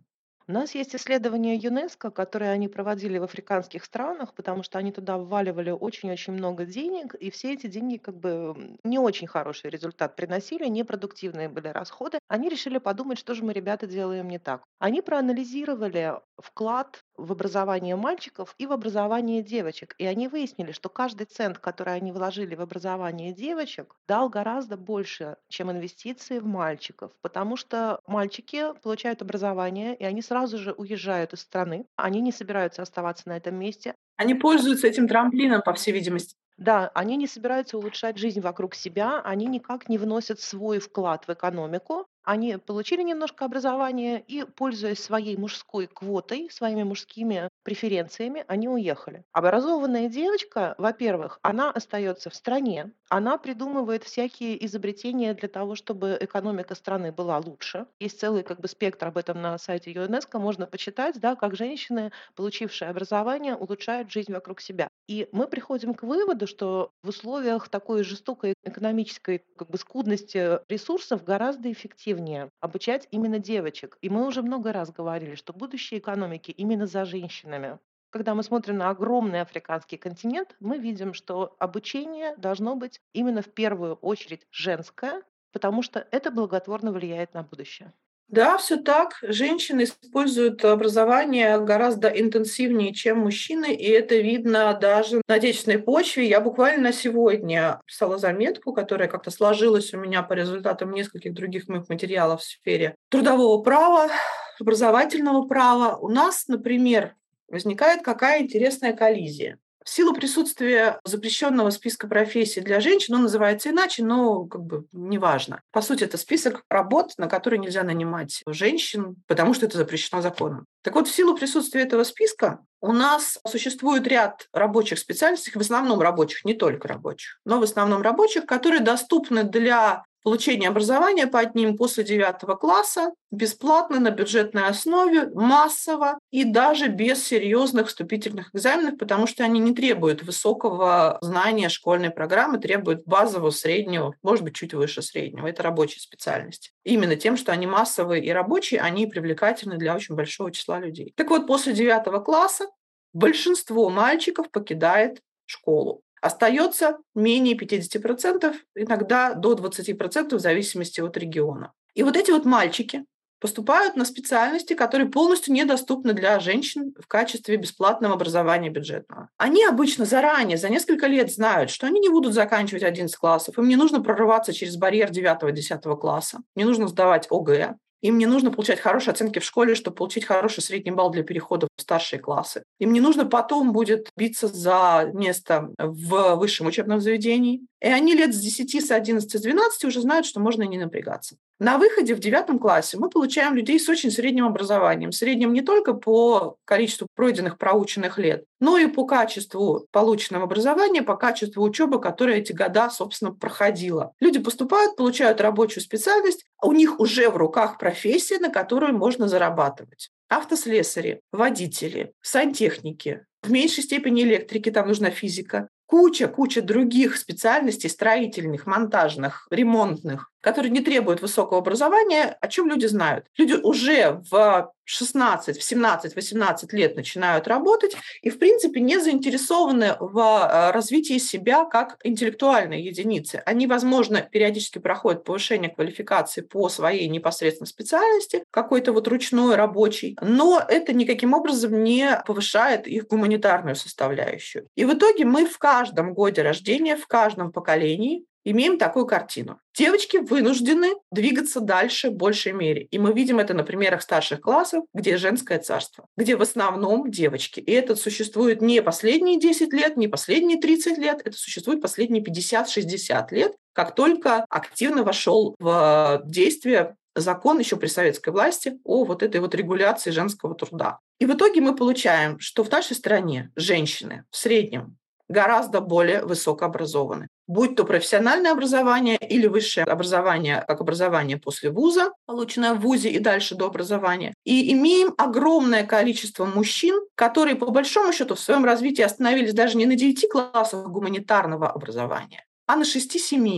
У нас есть исследование ЮНЕСКО, которое они проводили в африканских странах, потому что они туда вваливали очень-очень много денег, и все эти деньги как бы м, не очень хороший результат приносили, непродуктивные были расходы. Они решили подумать, что же мы, ребята, делаем не так. Они проанализировали вклад в образование мальчиков и в образование девочек, и они выяснили, что каждый цент, который они вложили в образование девочек, дал гораздо больше, чем инвестиции в мальчиков, потому что мальчики получают образование, и они сразу же уезжают из страны, они не собираются оставаться на этом месте. Они пользуются этим трамплином, по всей видимости. Да, они не собираются улучшать жизнь вокруг себя, они никак не вносят свой вклад в экономику. Они получили немножко образования и, пользуясь своей мужской квотой, своими мужскими преференциями, они уехали. Образованная девочка, во-первых, она остается в стране, она придумывает всякие изобретения для того, чтобы экономика страны была лучше. Есть целый как бы спектр об этом на сайте ЮНЕСКО, можно почитать, да, как женщины, получившие образование, улучшают жизнь вокруг себя. И мы приходим к выводу, что в условиях такой жестокой экономической как бы скудности ресурсов гораздо эффективнее обучать именно девочек. И мы уже много раз говорили, что будущее экономики именно за женщинами. Когда мы смотрим на огромный африканский континент, мы видим, что обучение должно быть именно в первую очередь женское, потому что это благотворно влияет на будущее. Да, все так. Женщины используют образование гораздо интенсивнее, чем мужчины, и это видно даже на отечественной почве. Я буквально сегодня писала заметку, которая как-то сложилась у меня по результатам нескольких других моих материалов в сфере трудового права, образовательного права. У нас, например, возникает какая интересная коллизия. В силу присутствия запрещенного списка профессий для женщин, он называется иначе, но как бы неважно. По сути, это список работ, на которые нельзя нанимать женщин, потому что это запрещено законом. Так вот, в силу присутствия этого списка у нас существует ряд рабочих специальностей, в основном рабочих, не только рабочих, но в основном рабочих, которые доступны для получения образования по ним после девятого класса бесплатно на бюджетной основе, массово и даже без серьезных вступительных экзаменов, потому что они не требуют высокого знания школьной программы, требуют базового, среднего, может быть, чуть выше среднего. Это рабочие специальности. Именно тем, что они массовые и рабочие, они привлекательны для очень большого числа людей. Так вот, после девятого класса большинство мальчиков покидает школу. Остается менее пятьдесят процентов, иногда до двадцать процентов в зависимости от региона. И вот эти вот мальчики поступают на специальности, которые полностью недоступны для женщин в качестве бесплатного образования бюджетного. Они обычно заранее, за несколько лет знают, что они не будут заканчивать одиннадцать классов, им не нужно прорываться через барьер девятого-десятого класса, не нужно сдавать ОГЭ, им не нужно получать хорошие оценки в школе, чтобы получить хороший средний балл для перехода в старшие классы. Им не нужно потом будет биться за место в высшем учебном заведении. И они лет с десяти, с одиннадцати, с двенадцати уже знают, что можно не напрягаться. На выходе в девятом классе мы получаем людей с очень средним образованием. Средним не только по количеству пройденных, проученных лет, но и по качеству полученного образования, по качеству учебы, которая эти года, собственно, проходила. Люди поступают, получают рабочую специальность, а у них уже в руках профессия, на которую можно зарабатывать. Автослесари, водители, сантехники, в меньшей степени электрики, там нужна физика. Куча-куча других специальностей, строительных, монтажных, ремонтных, которые не требуют высокого образования, о чем люди знают. Люди уже в шестнадцать, в семнадцать, восемнадцать лет начинают работать и, в принципе, не заинтересованы в развитии себя как интеллектуальной единицы. Они, возможно, периодически проходят повышение квалификации по своей непосредственной специальности, какой-то вот ручной, рабочий, но это никаким образом не повышает их гуманитарную составляющую. И в итоге мы в каждом годе рождения, в каждом поколении имеем такую картину. Девочки вынуждены двигаться дальше в большей мере. И мы видим это на примерах старших классов, где женское царство, где в основном девочки. И это существует не последние десять лет, не последние тридцать лет, это существует последние пятьдесят-шестьдесят лет, как только активно вошел в действие закон еще при советской власти о вот этой вот регуляции женского труда. И в итоге мы получаем, что в нашей стране женщины в среднем гораздо более высокообразованы. Будь то профессиональное образование или высшее образование, как образование после вуза, полученное в вузе и дальше до образования. И имеем огромное количество мужчин, которые, по большому счету, в своем развитии остановились даже не на девяти классах гуманитарного образования, а на шести-семи.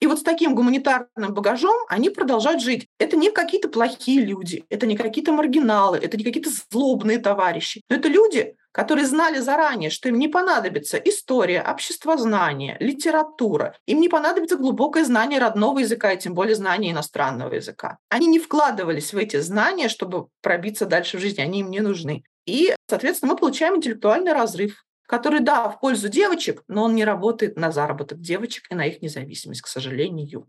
И вот с таким гуманитарным багажом они продолжают жить. Это не какие-то плохие люди, это не какие-то маргиналы, это не какие-то злобные товарищи. Но это люди, которые знали заранее, что им не понадобится история, обществознание, литература. Им не понадобится глубокое знание родного языка и тем более знание иностранного языка. Они не вкладывались в эти знания, чтобы пробиться дальше в жизни. Они им не нужны. И, соответственно, мы получаем интеллектуальный разрыв, который, да, в пользу девочек, но он не работает на заработок девочек и на их независимость, к сожалению.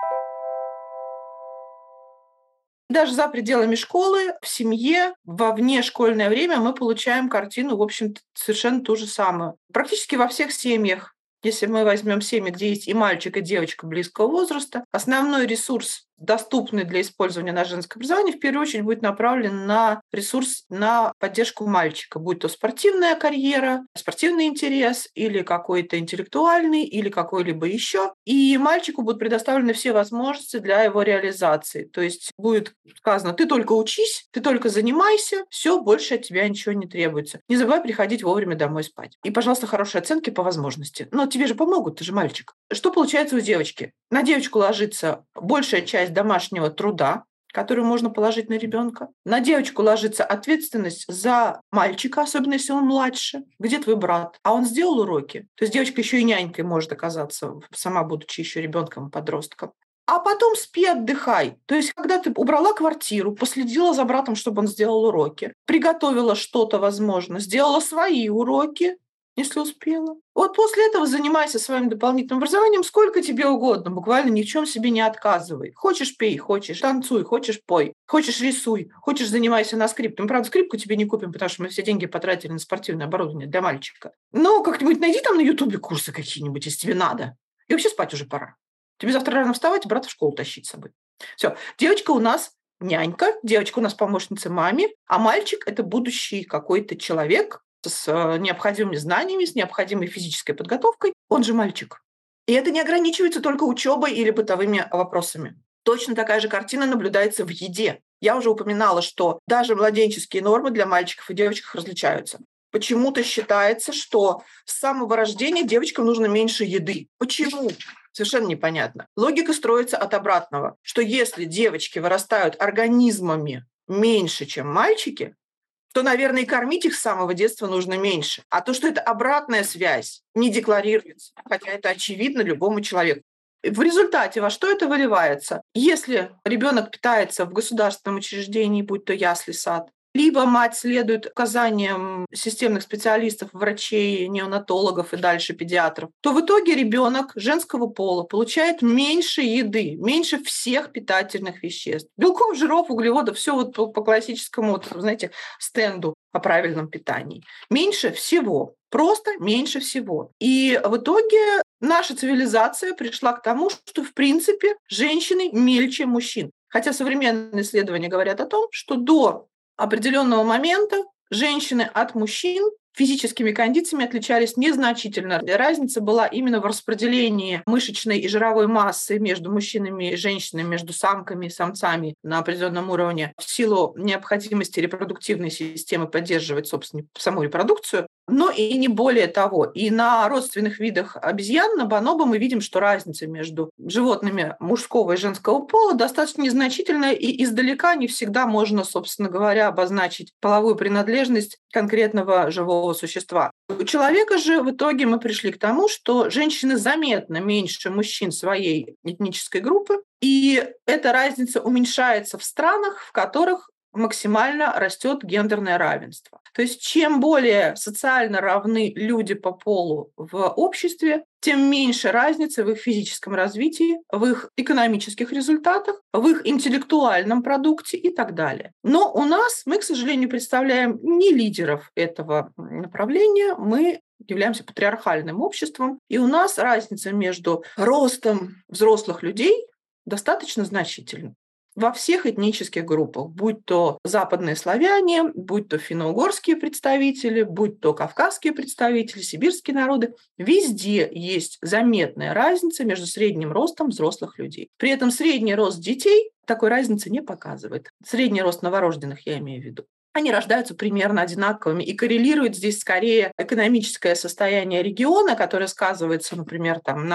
Даже за пределами школы, в семье, во внешкольное время мы получаем картину, в общем-то, совершенно ту же самую. Практически во всех семьях, если мы возьмем семьи, где есть и мальчик, и девочка близкого возраста, основной ресурс, доступный для использования на женское образование, в первую очередь будет направлен на ресурс на поддержку мальчика, будь то спортивная карьера, спортивный интерес или какой-то интеллектуальный, или какой-либо еще. И мальчику будут предоставлены все возможности для его реализации. То есть будет сказано: ты только учись, ты только занимайся, все, больше от тебя ничего не требуется. Не забывай приходить вовремя домой спать. И, пожалуйста, хорошие оценки по возможности. Но тебе же помогут, ты же мальчик. Что получается у девочки? На девочку ложится большая часть домашнего труда, которую можно положить на ребенка. На девочку ложится ответственность за мальчика, особенно если он младше. Где твой брат? А он сделал уроки? То есть девочка еще и нянькой может оказаться, сама будучи еще ребенком и подростком. А потом спи, отдыхай. То есть когда ты убрала квартиру, последила за братом, чтобы он сделал уроки, приготовила что-то, возможно, сделала свои уроки, если успела. Вот после этого занимайся своим дополнительным образованием сколько тебе угодно, буквально ни в чем себе не отказывай. Хочешь — пей, хочешь — танцуй, хочешь — пой, хочешь — рисуй, хочешь — занимайся на скрипке. Мы, правда, скрипку тебе не купим, потому что мы все деньги потратили на спортивное оборудование для мальчика. Но как-нибудь найди там на Ютубе курсы какие-нибудь, если тебе надо. И вообще спать уже пора. Тебе завтра рано вставать и брата в школу тащить с собой. Все, девочка у нас нянька, девочка у нас помощница маме, а мальчик — это будущий какой-то человек, с необходимыми знаниями, с необходимой физической подготовкой, он же мальчик. И это не ограничивается только учебой или бытовыми вопросами. Точно такая же картина наблюдается в еде. Я уже упоминала, что даже младенческие нормы для мальчиков и девочек различаются. Почему-то считается, что с самого рождения девочкам нужно меньше еды. Почему? Совершенно непонятно. Логика строится от обратного, что если девочки вырастают организмами меньше, чем мальчики, то, наверное, и кормить их с самого детства нужно меньше. А то, что это обратная связь, не декларируется, хотя это очевидно любому человеку. В результате во что это выливается? Если ребенок питается в государственном учреждении, будь то ясли, сад, либо мать следует указаниям системных специалистов, врачей, неонатологов и дальше педиатров, то в итоге ребенок женского пола получает меньше еды, меньше всех питательных веществ. Белков, жиров, углеводов, все вот по, по классическому, вот, знаете, стенду о правильном питании. Меньше всего. Просто меньше всего. И в итоге наша цивилизация пришла к тому, что, в принципе, женщины мельче мужчин. Хотя современные исследования говорят о том, что до определенного момента женщины от мужчин физическими кондициями отличались незначительно. Разница была именно в распределении мышечной и жировой массы между мужчинами и женщинами, между самками и самцами на определенном уровне в силу необходимости репродуктивной системы поддерживать, собственно, саму репродукцию, но и не более того. И на родственных видах обезьян, на бонобо, мы видим, что разница между животными мужского и женского пола достаточно незначительная, и издалека не всегда можно, собственно говоря, обозначить половую принадлежность конкретного живого существа. У человека же в итоге мы пришли к тому, что женщины заметно меньше мужчин своей этнической группы, и эта разница уменьшается в странах, в которых максимально растет гендерное равенство. То есть чем более социально равны люди по полу в обществе, тем меньше разницы в их физическом развитии, в их экономических результатах, в их интеллектуальном продукте и так далее. Но у нас мы, к сожалению, представляем не лидеров этого направления, мы являемся патриархальным обществом, и у нас разница между ростом взрослых людей достаточно значительна. Во всех этнических группах, будь то западные славяне, будь то финно-угорские представители, будь то кавказские представители, сибирские народы, везде есть заметная разница между средним ростом взрослых людей. При этом средний рост детей такой разницы не показывает. Средний рост новорожденных я имею в виду. Они рождаются примерно одинаковыми, и коррелирует здесь скорее экономическое состояние региона, которое сказывается, например, там, на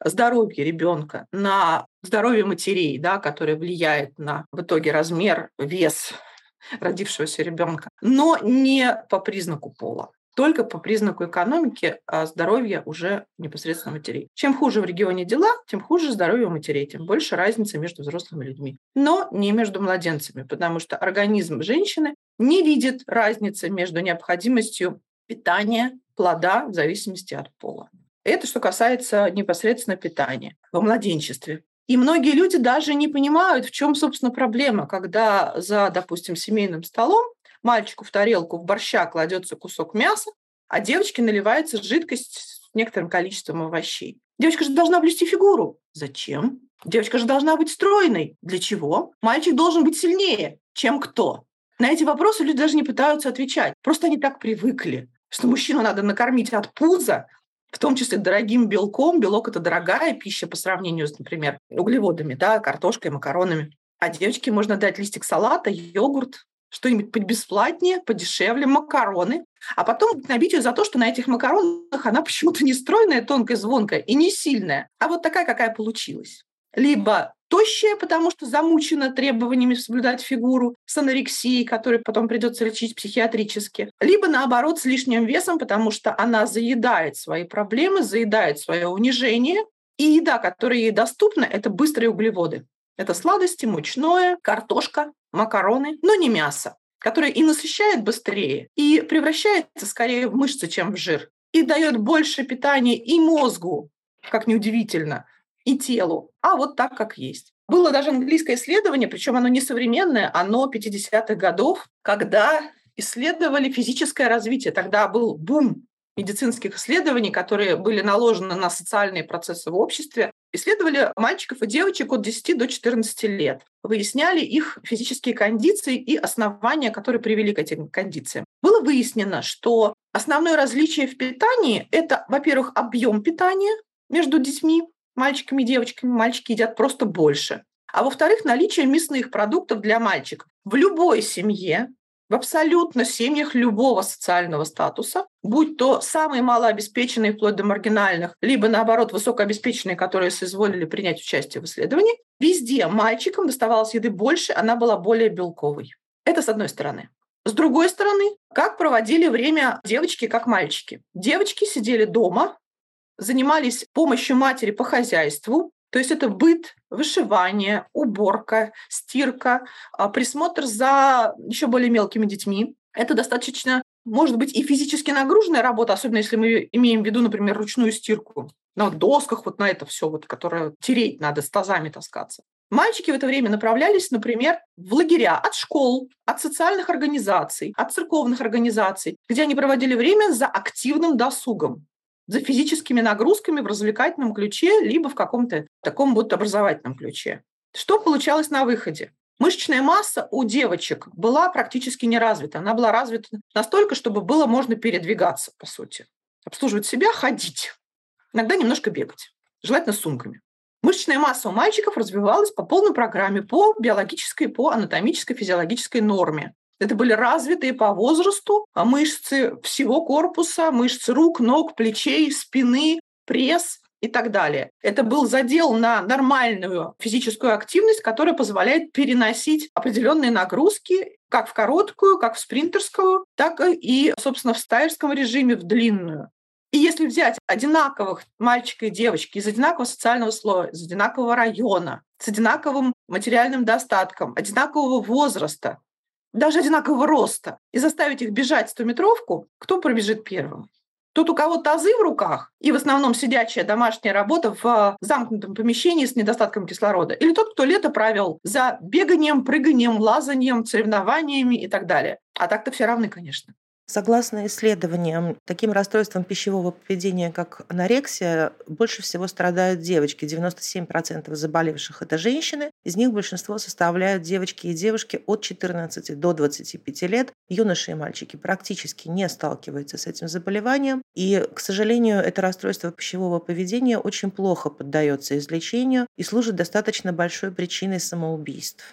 здоровье ребенка, на здоровье матерей, да, которое влияет на в итоге размер, вес родившегося ребенка, но не по признаку пола. Только по признаку экономики, а здоровья уже непосредственно матерей. Чем хуже в регионе дела, тем хуже здоровье у матерей, тем больше разница между взрослыми людьми. Но не между младенцами, потому что организм женщины не видит разницы между необходимостью питания плода в зависимости от пола. Это что касается непосредственно питания во младенчестве. И многие люди даже не понимают, в чем, собственно, проблема, когда за, допустим, семейным столом мальчику в тарелку в борща кладется кусок мяса, а девочке наливается жидкость с некоторым количеством овощей. Девочка же должна блюсти фигуру. Зачем? Девочка же должна быть стройной. Для чего? Мальчик должен быть сильнее, чем кто? На эти вопросы люди даже не пытаются отвечать. Просто они так привыкли, что мужчину надо накормить от пуза, в том числе дорогим белком. Белок – это дорогая пища по сравнению с, например, углеводами, да, картошкой, макаронами. А девочке можно дать листик салата, йогурт, что-нибудь побесплатнее, подешевле, макароны, а потом набить ее за то, что на этих макаронах она почему-то не стройная, тонкая, звонкая и не сильная, а вот такая, какая получилась. Либо тощая, потому что замучена требованиями соблюдать фигуру, с анорексией, которую потом придется лечить психиатрически, либо, наоборот, с лишним весом, потому что она заедает свои проблемы, заедает свое унижение, и еда, которая ей доступна, это быстрые углеводы. Это сладости, мучное, картошка, макароны, но не мясо, которое и насыщает быстрее, и превращается скорее в мышцы, чем в жир, и дает больше питания и мозгу, как неудивительно, и телу, а вот так, как есть. Было даже английское исследование, причем оно не современное, оно пятидесятых годов, когда исследовали физическое развитие. Тогда был бум медицинских исследований, которые были наложены на социальные процессы в обществе. Исследовали мальчиков и девочек от десяти до четырнадцати лет. Выясняли их физические кондиции и основания, которые привели к этим кондициям. Было выяснено, что основное различие в питании – это, во-первых, объем питания между детьми, мальчиками и девочками. Мальчики едят просто больше. А во-вторых, наличие мясных продуктов для мальчиков. В любой семье, в абсолютно семьях любого социального статуса, будь то самые малообеспеченные, вплоть до маргинальных, либо, наоборот, высокообеспеченные, которые соизволили принять участие в исследовании, везде мальчикам доставалось еды больше, она была более белковой. Это с одной стороны. С другой стороны, как проводили время девочки, как мальчики. Девочки сидели дома, занимались помощью матери по хозяйству, то есть это быт, вышивание, уборка, стирка, присмотр за еще более мелкими детьми. Это достаточно, может быть, и физически нагруженная работа, особенно если мы имеем в виду, например, ручную стирку на досках, вот на это все, вот, которое тереть надо, с тазами таскаться. Мальчики в это время направлялись, например, в лагеря от школ, от социальных организаций, от церковных организаций, где они проводили время за активным досугом, за физическими нагрузками в развлекательном ключе, либо в каком-то таком вот образовательном ключе. Что получалось на выходе? Мышечная масса у девочек была практически не развита. Она была развита настолько, чтобы было можно передвигаться, по сути. Обслуживать себя, ходить. Иногда немножко бегать. Желательно с сумками. Мышечная масса у мальчиков развивалась по полной программе, по биологической, по анатомической, физиологической норме. Это были развитые по возрасту мышцы всего корпуса, мышцы рук, ног, плечей, спины, пресс и так далее. Это был задел на нормальную физическую активность, которая позволяет переносить определенные нагрузки как в короткую, как в спринтерскую, так и, собственно, в стайерском режиме в длинную. И если взять одинаковых мальчика и девочки из одинакового социального слоя, из одинакового района, с одинаковым материальным достатком, одинакового возраста, даже одинакового роста, и заставить их бежать стометровку, кто пробежит первым? Тот, у кого тазы в руках, и в основном сидячая домашняя работа в замкнутом помещении с недостатком кислорода, или тот, кто лето провел за беганием, прыганием, лазанием, соревнованиями и так далее. А так-то все равны, конечно. Согласно исследованиям, таким расстройством пищевого поведения, как анорексия, больше всего страдают девочки. девяносто семь процентов заболевших – это женщины. Из них большинство составляют девочки и девушки от четырнадцати до двадцати пяти лет. Юноши и мальчики практически не сталкиваются с этим заболеванием. И, к сожалению, это расстройство пищевого поведения очень плохо поддается излечению и служит достаточно большой причиной самоубийств.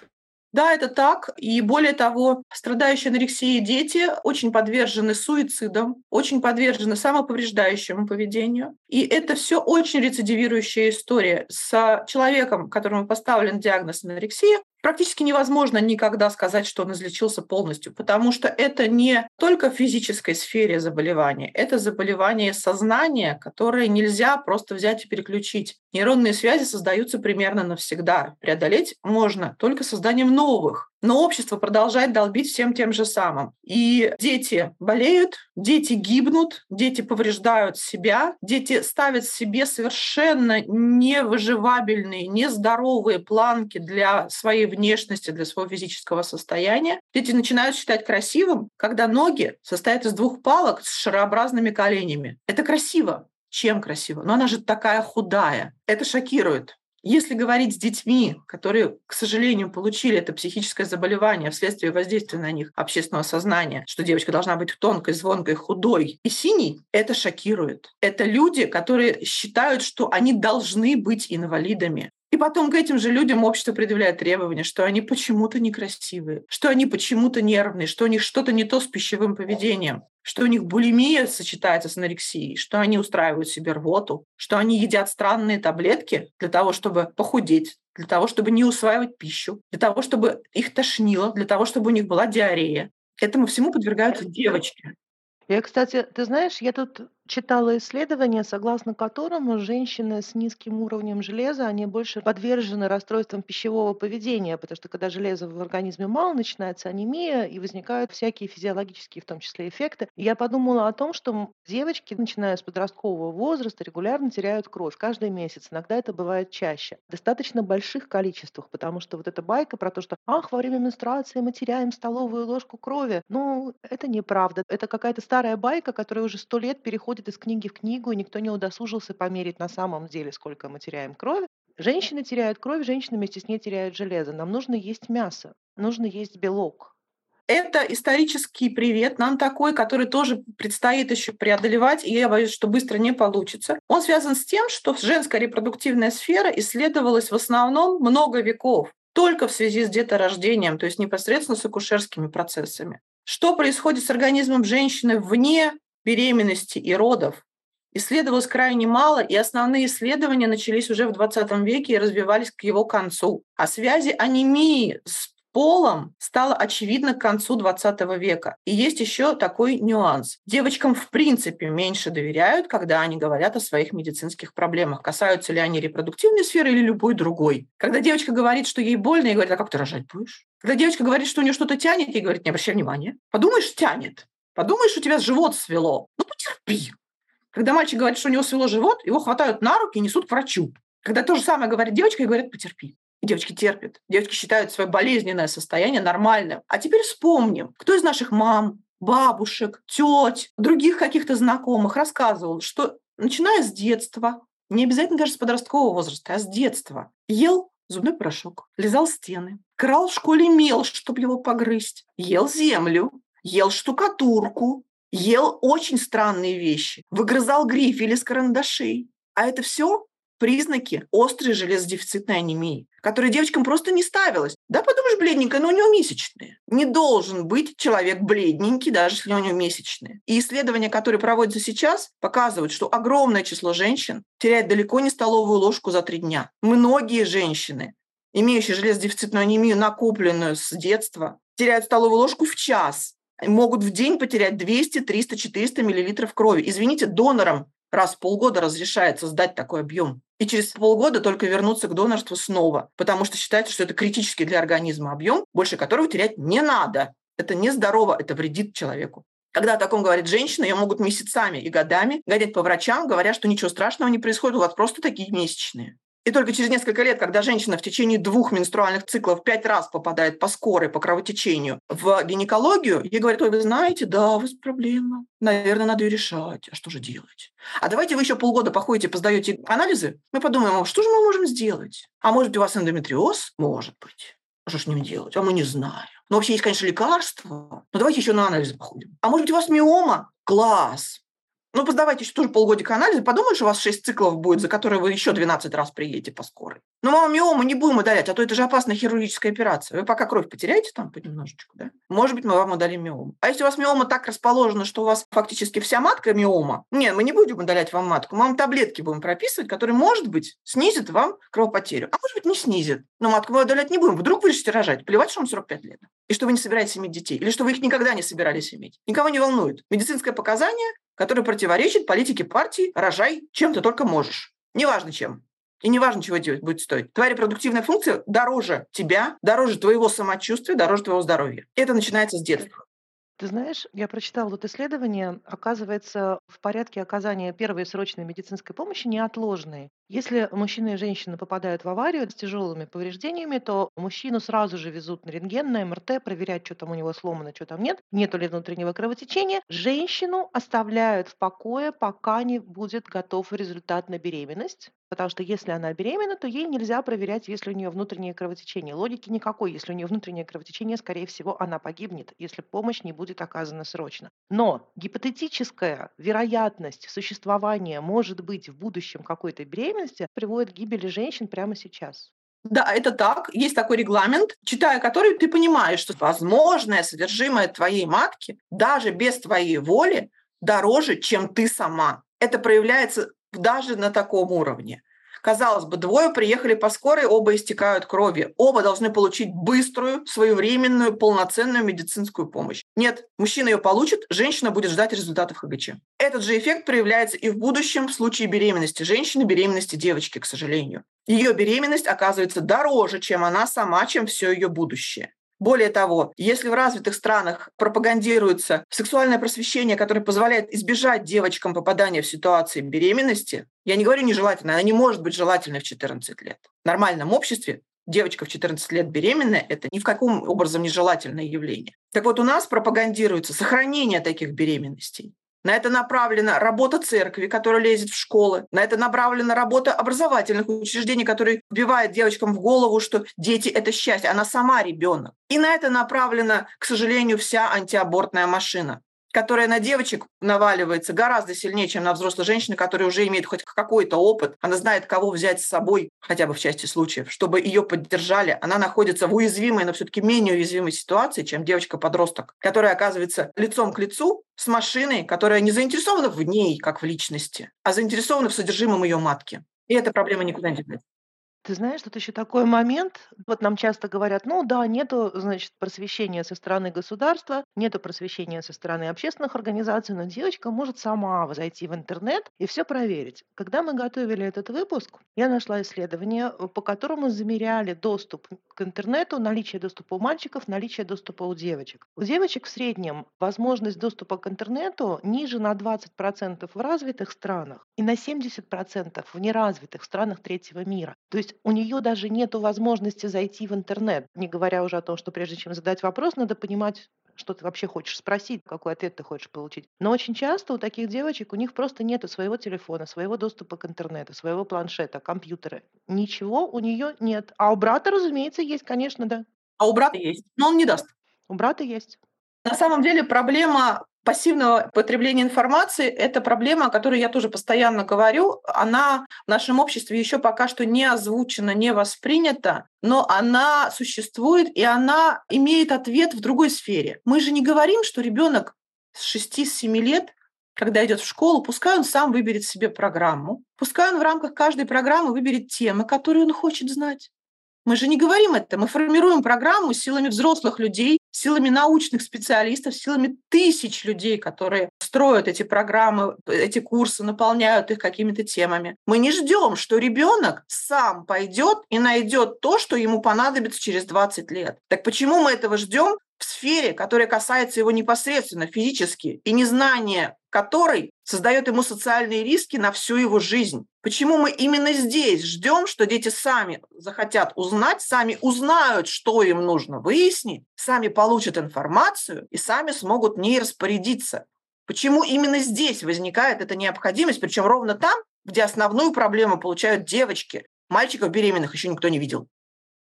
Да, это так. И более того, страдающие анорексией дети очень подвержены суицидам, очень подвержены самоповреждающему поведению. И это все очень рецидивирующая история. С человеком, которому поставлен диагноз анорексия, практически невозможно никогда сказать, что он излечился полностью, потому что это не только в физической сфере заболевания, это заболевание сознания, которое нельзя просто взять и переключить. Нейронные связи создаются примерно навсегда. Преодолеть можно только созданием новых. Но общество продолжает долбить всем тем же самым. И дети болеют, дети гибнут, дети повреждают себя, дети ставят себе совершенно невыживабельные, нездоровые планки для своей внешности, для своего физического состояния. Дети начинают считать красивым, когда ноги состоят из двух палок с шарообразными коленями. Это красиво. Чем красиво? Но она же такая худая. Это шокирует. Если говорить с детьми, которые, к сожалению, получили это психическое заболевание вследствие воздействия на них общественного сознания, что девочка должна быть тонкой, звонкой, худой и синей, это шокирует. Это люди, которые считают, что они должны быть инвалидами. И потом к этим же людям общество предъявляет требования, что они почему-то некрасивые, что они почему-то нервные, что у них что-то не то с пищевым поведением, что у них булимия сочетается с анорексией, что они устраивают себе рвоту, что они едят странные таблетки для того, чтобы похудеть, для того, чтобы не усваивать пищу, для того, чтобы их тошнило, для того, чтобы у них была диарея. Этому всему подвергаются девочки. Я, кстати, ты знаешь, я тут читала исследование, согласно которому женщины с низким уровнем железа, они больше подвержены расстройствам пищевого поведения, потому что когда железа в организме мало, начинается анемия и возникают всякие физиологические, в том числе, эффекты. И я подумала о том, что м, девочки, начиная с подросткового возраста, регулярно теряют кровь каждый месяц. Иногда это бывает чаще. В достаточно больших количествах, потому что вот эта байка про то, что «ах, во время менструации мы теряем столовую ложку крови», ну, это неправда. Это какая-то старая байка, которая уже сто лет переходит из книги в книгу, и никто не удосужился померить на самом деле, сколько мы теряем крови. Женщины теряют кровь, женщины вместе с ней теряют железо. Нам нужно есть мясо, нужно есть белок. Это исторический привет нам такой, который тоже предстоит еще преодолевать, и я боюсь, что быстро не получится. Он связан с тем, что женская репродуктивная сфера исследовалась в основном много веков, только в связи с деторождением, то есть непосредственно с акушерскими процессами. Что происходит с организмом женщины вне беременности и родов? Исследовалось крайне мало, и основные исследования начались уже в двадцатом веке и развивались к его концу. А связи анемии с полом стало очевидно к концу двадцатого века. И есть еще такой нюанс. Девочкам в принципе меньше доверяют, когда они говорят о своих медицинских проблемах. Касаются ли они репродуктивной сферы или любой другой. Когда девочка говорит, что ей больно, ей говорят: а как ты рожать будешь? Когда девочка говорит, что у нее что-то тянет, ей говорят: не обращай внимания. Подумаешь, тянет. Подумаешь, у тебя живот свело. Ну, потерпи. Когда мальчик говорит, что у него свело живот, его хватают на руки и несут к врачу. Когда то же самое говорит девочка, ей говорят: потерпи. И девочки терпят. Девочки считают свое болезненное состояние нормальным. А теперь вспомним, кто из наших мам, бабушек, теть, других каких-то знакомых рассказывал, что начиная с детства, не обязательно даже с подросткового возраста, а с детства, ел зубной порошок, лизал стены, крал в школе мел, чтобы его погрызть, ел землю, ел штукатурку, ел очень странные вещи, выгрызал грифель из карандашей. А это все признаки острой железодефицитной анемии, которая девочкам просто не ставилась. Да, подумаешь, бледненькая, но у него месячные. Не должен быть человек бледненький, даже если у него месячные. И исследования, которые проводятся сейчас, показывают, что огромное число женщин теряет далеко не столовую ложку за три дня. Многие женщины, имеющие железодефицитную анемию, накопленную с детства, теряют столовую ложку в час. Могут в день потерять двести, триста, четыреста миллилитров крови. Извините, донорам раз в полгода разрешается сдать такой объем. И через полгода только вернуться к донорству снова, потому что считается, что это критический для организма объем, больше которого терять не надо. Это нездорово, это вредит человеку. Когда о таком говорит женщина, ее могут месяцами и годами гореть по врачам, говоря, что ничего страшного не происходит, у вас просто такие месячные. И только через несколько лет, когда женщина в течение двух менструальных циклов пять раз попадает по скорой, по кровотечению в гинекологию, ей говорят: ой, вы знаете, да, у вас проблема. Наверное, надо ее решать. А что же делать? А давайте вы еще полгода походите, поздаете анализы. Мы подумаем: что же мы можем сделать? А может быть, у вас эндометриоз? Может быть. А что с ним делать? А мы не знаем. Ну, вообще есть, конечно, лекарства. Но давайте еще на анализы походим. А может быть, у вас миома? Класс. Ну, сдавайте еще тоже полгодика анализа, подумаешь, что у вас шесть циклов будет, за которые вы еще двенадцать раз приедете по скорой. Но мама, миому не будем удалять, а то это же опасная хирургическая операция. Вы пока кровь потеряете там понемножечку, да? Может быть, мы вам удалим миому. А если у вас миома так расположена, что у вас фактически вся матка миома, нет, мы не будем удалять вам матку, мы вам таблетки будем прописывать, которые, может быть, снизят вам кровопотерю. А может быть, не снизят. Но матку мы удалять не будем. Вдруг вы решите рожать. Плевать, что вам сорок пять лет. И что вы не собираетесь иметь детей. Или что вы их никогда не собирались иметь. Никого не волнует. Медицинское показание, которое противоречит политике партии «рожай, чем ты только можешь». Неважно чем. И неважно, чего делать будет стоить. Твоя репродуктивная функция дороже тебя, дороже твоего самочувствия, дороже твоего здоровья. Это начинается с детства. Ты знаешь, я прочитала вот исследование, оказывается, в порядке оказания первой срочной медицинской помощи неотложной. Если мужчина и женщина попадают в аварию с тяжелыми повреждениями, то мужчину сразу же везут на рентген, на эм эр тэ, проверять, что там у него сломано, что там нет, нету ли внутреннего кровотечения. Женщину оставляют в покое, пока не будет готов результат на беременность. Потому что если она беременна, то ей нельзя проверять, если у нее внутреннее кровотечение. Логики никакой. Если у нее внутреннее кровотечение, скорее всего, она погибнет, если помощь не будет оказана срочно. Но гипотетическая вероятность существования, может быть, в будущем какой-то беременности приводит к гибели женщин прямо сейчас. Да, это так. Есть такой регламент, читая который, ты понимаешь, что возможное содержимое твоей матки даже без твоей воли дороже, чем ты сама. Это проявляется даже на таком уровне. Казалось бы, двое приехали по скорой, оба истекают кровью. Оба должны получить быструю, своевременную, полноценную медицинскую помощь. Нет, мужчина ее получит, женщина будет ждать результатов ха гэ че. Этот же эффект проявляется и в будущем в случае беременности женщины, беременности девочки, к сожалению. Ее беременность оказывается дороже, чем она сама, чем все ее будущее. Более того, если в развитых странах пропагандируется сексуальное просвещение, которое позволяет избежать девочкам попадания в ситуации беременности, я не говорю нежелательно, она не может быть желательной в четырнадцать лет. В нормальном обществе девочка в четырнадцать лет беременная – это ни в каком образом нежелательное явление. Так вот, у нас пропагандируется сохранение таких беременностей. На это направлена работа церкви, которая лезет в школы. На это направлена работа образовательных учреждений, которые вбивают девочкам в голову, что дети – это счастье, она сама ребенок. И на это направлена, к сожалению, вся антиабортная машина, которая на девочек наваливается гораздо сильнее, чем на взрослых женщин, которые уже имеют хоть какой-то опыт. Она знает, кого взять с собой, хотя бы в части случаев, чтобы ее поддержали. Она находится в уязвимой, но все-таки менее уязвимой ситуации, чем девочка-подросток, которая оказывается лицом к лицу с машиной, которая не заинтересована в ней, как в личности, а заинтересована в содержимом ее матки. И эта проблема никуда не девается. Ты знаешь, тут еще такой момент. Вот нам часто говорят, ну да, нету, значит, просвещения со стороны государства, нету просвещения со стороны общественных организаций, но девочка может сама зайти в интернет и все проверить. Когда мы готовили этот выпуск, я нашла исследование, по которому замеряли доступ к интернету, наличие доступа у мальчиков, наличие доступа у девочек. У девочек в среднем возможность доступа к интернету ниже на двадцать процентов в развитых странах и на семьдесят процентов в неразвитых странах третьего мира. То есть у нее даже нет возможности зайти в интернет, не говоря уже о том, что прежде чем задать вопрос, надо понимать, что ты вообще хочешь спросить, какой ответ ты хочешь получить. Но очень часто у таких девочек у них просто нет своего телефона, своего доступа к интернету, своего планшета, компьютера. Ничего у нее нет. А у брата, разумеется, есть, конечно, да. А у брата есть, но он не даст. У брата есть. На самом деле проблема пассивного потребления информации – это проблема, о которой я тоже постоянно говорю. Она в нашем обществе еще пока что не озвучена, не воспринята, но она существует, и она имеет ответ в другой сфере. Мы же не говорим, что ребенок с шести-семи лет, когда идет в школу, пускай он сам выберет себе программу, пускай он в рамках каждой программы выберет темы, которые он хочет знать. Мы же не говорим это. Мы формируем программу силами взрослых людей, силами научных специалистов, силами тысяч людей, которые строят эти программы, эти курсы, наполняют их какими-то темами. Мы не ждем, что ребенок сам пойдет и найдет то, что ему понадобится через двадцать лет. Так почему мы этого ждем в сфере, которая касается его непосредственно физически, и незнание которой создает ему социальные риски на всю его жизнь? Почему мы именно здесь ждем, что дети сами захотят узнать, сами узнают, что им нужно выяснить, сами получат информацию и сами смогут ней распорядиться? Почему именно здесь возникает эта необходимость, причем ровно там, где основную проблему получают девочки, мальчиков беременных еще никто не видел?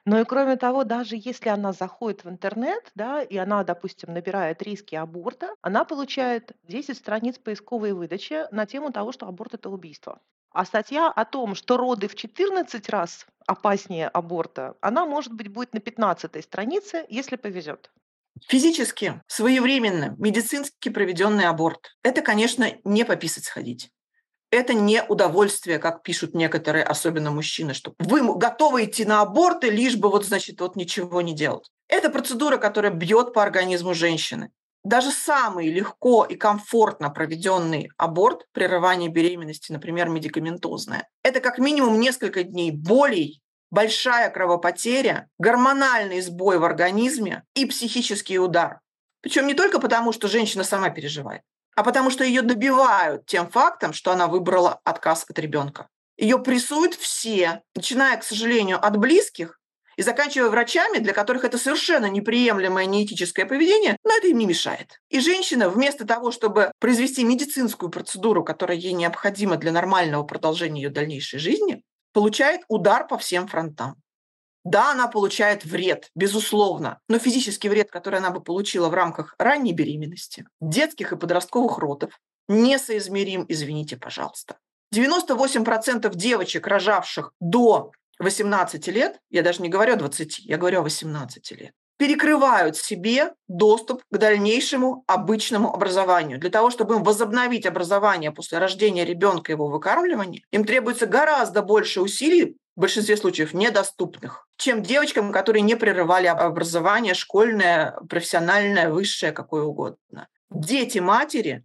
Ну и кроме того, даже если она заходит в интернет, да, и она, допустим, набирает риски аборта, она получает десять страниц поисковой выдачи на тему того, что аборт — это убийство. А статья о том, что роды в четырнадцать раз опаснее аборта, она, может быть, будет на пятнадцатой странице, если повезет. Физически, своевременно, медицински проведенный аборт – это, конечно, не пописать сходить. Это не удовольствие, как пишут некоторые, особенно мужчины, что вы готовы идти на аборты, лишь бы вот, значит, вот ничего не делать. Это процедура, которая бьет по организму женщины. Даже самый легко и комфортно проведенный аборт, прерывание беременности, например, медикаментозное, это как минимум несколько дней болей, большая кровопотеря, гормональный сбой в организме и психический удар. Причем не только потому, что женщина сама переживает, а потому что ее добивают тем фактом, что она выбрала отказ от ребенка. Ее прессуют все, начиная, к сожалению, от близких и заканчивая врачами, для которых это совершенно неприемлемое неэтическое поведение, но это им не мешает. И женщина, вместо того, чтобы произвести медицинскую процедуру, которая ей необходима для нормального продолжения ее дальнейшей жизни, получает удар по всем фронтам. Да, она получает вред, безусловно, но физический вред, который она бы получила в рамках ранней беременности, детских и подростковых родов, несоизмерим, извините, пожалуйста. девяносто восемь процентов девочек, рожавших до восемнадцати лет, я даже не говорю о двадцати, я говорю о восемнадцати лет, перекрывают себе доступ к дальнейшему обычному образованию. Для того, чтобы им возобновить образование после рождения ребенка и его выкармливания, им требуется гораздо больше усилий, в большинстве случаев недоступных, чем девочкам, которые не прерывали образование школьное, профессиональное, высшее, какое угодно. Дети матери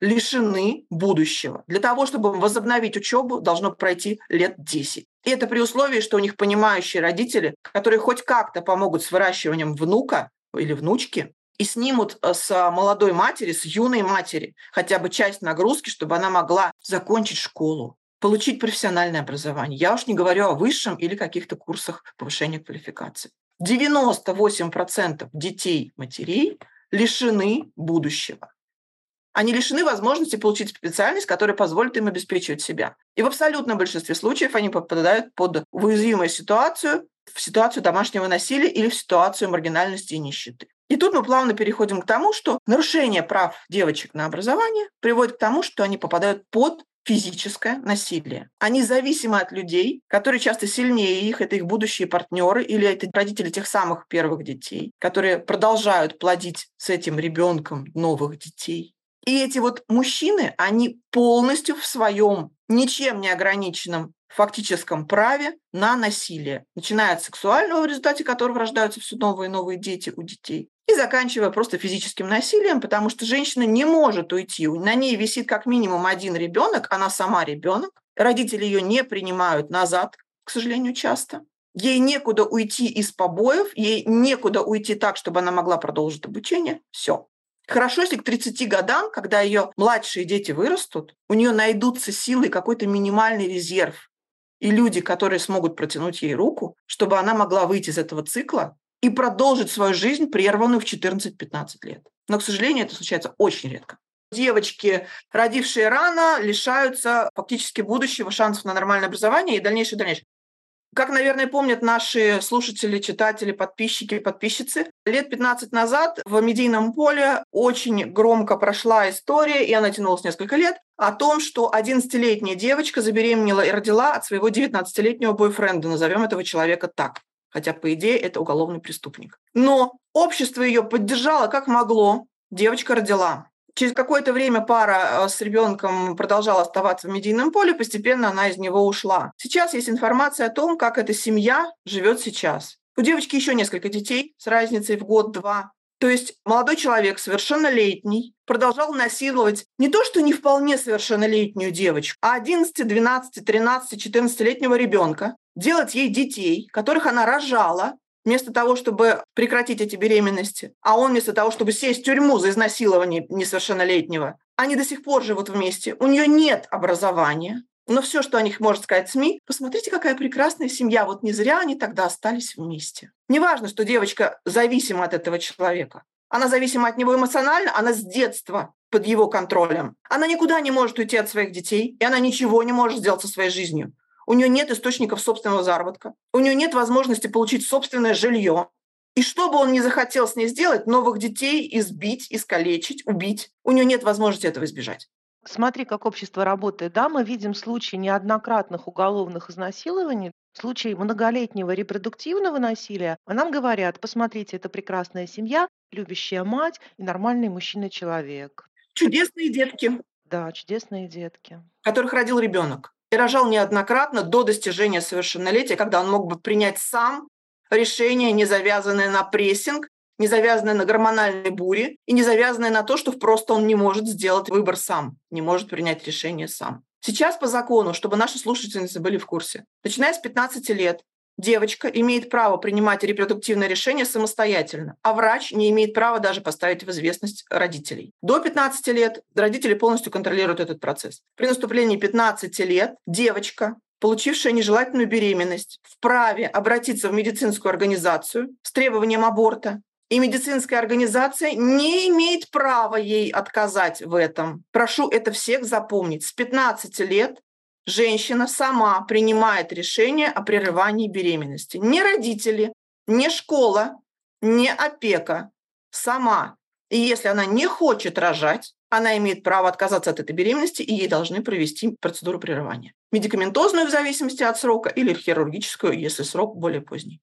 лишены будущего. Для того, чтобы возобновить учебу, должно пройти лет десять. И это при условии, что у них понимающие родители, которые хоть как-то помогут с выращиванием внука или внучки и снимут с молодой матери, с юной матери хотя бы часть нагрузки, чтобы она могла закончить школу, получить профессиональное образование. Я уж не говорю о высшем или каких-то курсах повышения квалификации. девяносто восемь процентов детей-матерей лишены будущего. Они лишены возможности получить специальность, которая позволит им обеспечивать себя. И в абсолютном большинстве случаев они попадают под уязвимую ситуацию, в ситуацию домашнего насилия или в ситуацию маргинальности и нищеты. И тут мы плавно переходим к тому, что нарушение прав девочек на образование приводит к тому, что они попадают под физическое насилие. Они зависимы от людей, которые часто сильнее их, это их будущие партнеры или это родители тех самых первых детей, которые продолжают плодить с этим ребенком новых детей. И эти вот мужчины, они полностью в своем ничем не ограниченном фактическом праве на насилие, начиная от сексуального, в результате которого рождаются все новые и новые дети у детей, и заканчивая просто физическим насилием, потому что женщина не может уйти. На ней висит как минимум один ребенок, она сама ребенок, родители ее не принимают назад, к сожалению, часто. Ей некуда уйти из побоев, ей некуда уйти так, чтобы она могла продолжить обучение. Все. Хорошо, если к тридцати годам, когда ее младшие дети вырастут, у нее найдутся силы и какой-то минимальный резерв. И люди, которые смогут протянуть ей руку, чтобы она могла выйти из этого цикла и продолжить свою жизнь, прерванную в четырнадцать-пятнадцать лет. Но, к сожалению, это случается очень редко. Девочки, родившие рано, лишаются фактически будущего, шансов на нормальное образование и дальнейшее, дальнейшее. Как, наверное, помнят наши слушатели, читатели, подписчики и подписчицы, лет пятнадцать назад в медийном поле очень громко прошла история, и она тянулась несколько лет, о том, что одиннадцатилетняя девочка забеременела и родила от своего девятнадцатилетнего бойфренда, назовем этого человека так, хотя, по идее, это уголовный преступник. Но общество ее поддержало как могло, девочка родила. Через какое-то время пара с ребенком продолжала оставаться в медийном поле, постепенно она из него ушла. Сейчас есть информация о том, как эта семья живет сейчас. У девочки еще несколько детей с разницей в год-два. То есть молодой человек, совершеннолетний, продолжал насиловать не то, что не вполне совершеннолетнюю девочку, а одиннадцати, двенадцати, тринадцати, четырнадцатилетнего ребенка, делать ей детей, которых она рожала, вместо того, чтобы прекратить эти беременности, а он вместо того, чтобы сесть в тюрьму за изнасилование несовершеннолетнего, они до сих пор живут вместе. У нее нет образования, но все, что о них может сказать СМИ, посмотрите, какая прекрасная семья, вот не зря они тогда остались вместе. Неважно, что девочка зависима от этого человека. Она зависима от него эмоционально, она с детства под его контролем. Она никуда не может уйти от своих детей, и она ничего не может сделать со своей жизнью. у нее нет источников собственного заработка, у нее нет возможности получить собственное жилье. И что бы он ни захотел с ней сделать, новых детей избить, искалечить, убить, у нее нет возможности этого избежать. Смотри, как общество работает. Да, мы видим случаи неоднократных уголовных изнасилований, случаи многолетнего репродуктивного насилия. А нам говорят, посмотрите, это прекрасная семья, любящая мать и нормальный мужчина-человек. Чудесные детки, Да, чудесные детки. которых родил ребенок. И рожал неоднократно до достижения совершеннолетия, когда он мог бы принять сам решение, не завязанное на прессинг, не завязанное на гормональной буре и не завязанное на то, что просто он не может сделать выбор сам, не может принять решение сам. Сейчас по закону, чтобы наши слушательницы были в курсе, начиная с пятнадцати лет, девочка имеет право принимать репродуктивное решение самостоятельно, а врач не имеет права даже поставить в известность родителей. До пятнадцати лет родители полностью контролируют этот процесс. При наступлении пятнадцати лет девочка, получившая нежелательную беременность, вправе обратиться в медицинскую организацию с требованием аборта, и медицинская организация не имеет права ей отказать в этом. Прошу это всех запомнить. С пятнадцати лет женщина сама принимает решение о прерывании беременности. Не родители, не школа, не опека. Сама. И если она не хочет рожать, она имеет право отказаться от этой беременности, и ей должны провести процедуру прерывания. Медикаментозную в зависимости от срока или хирургическую, если срок более поздний.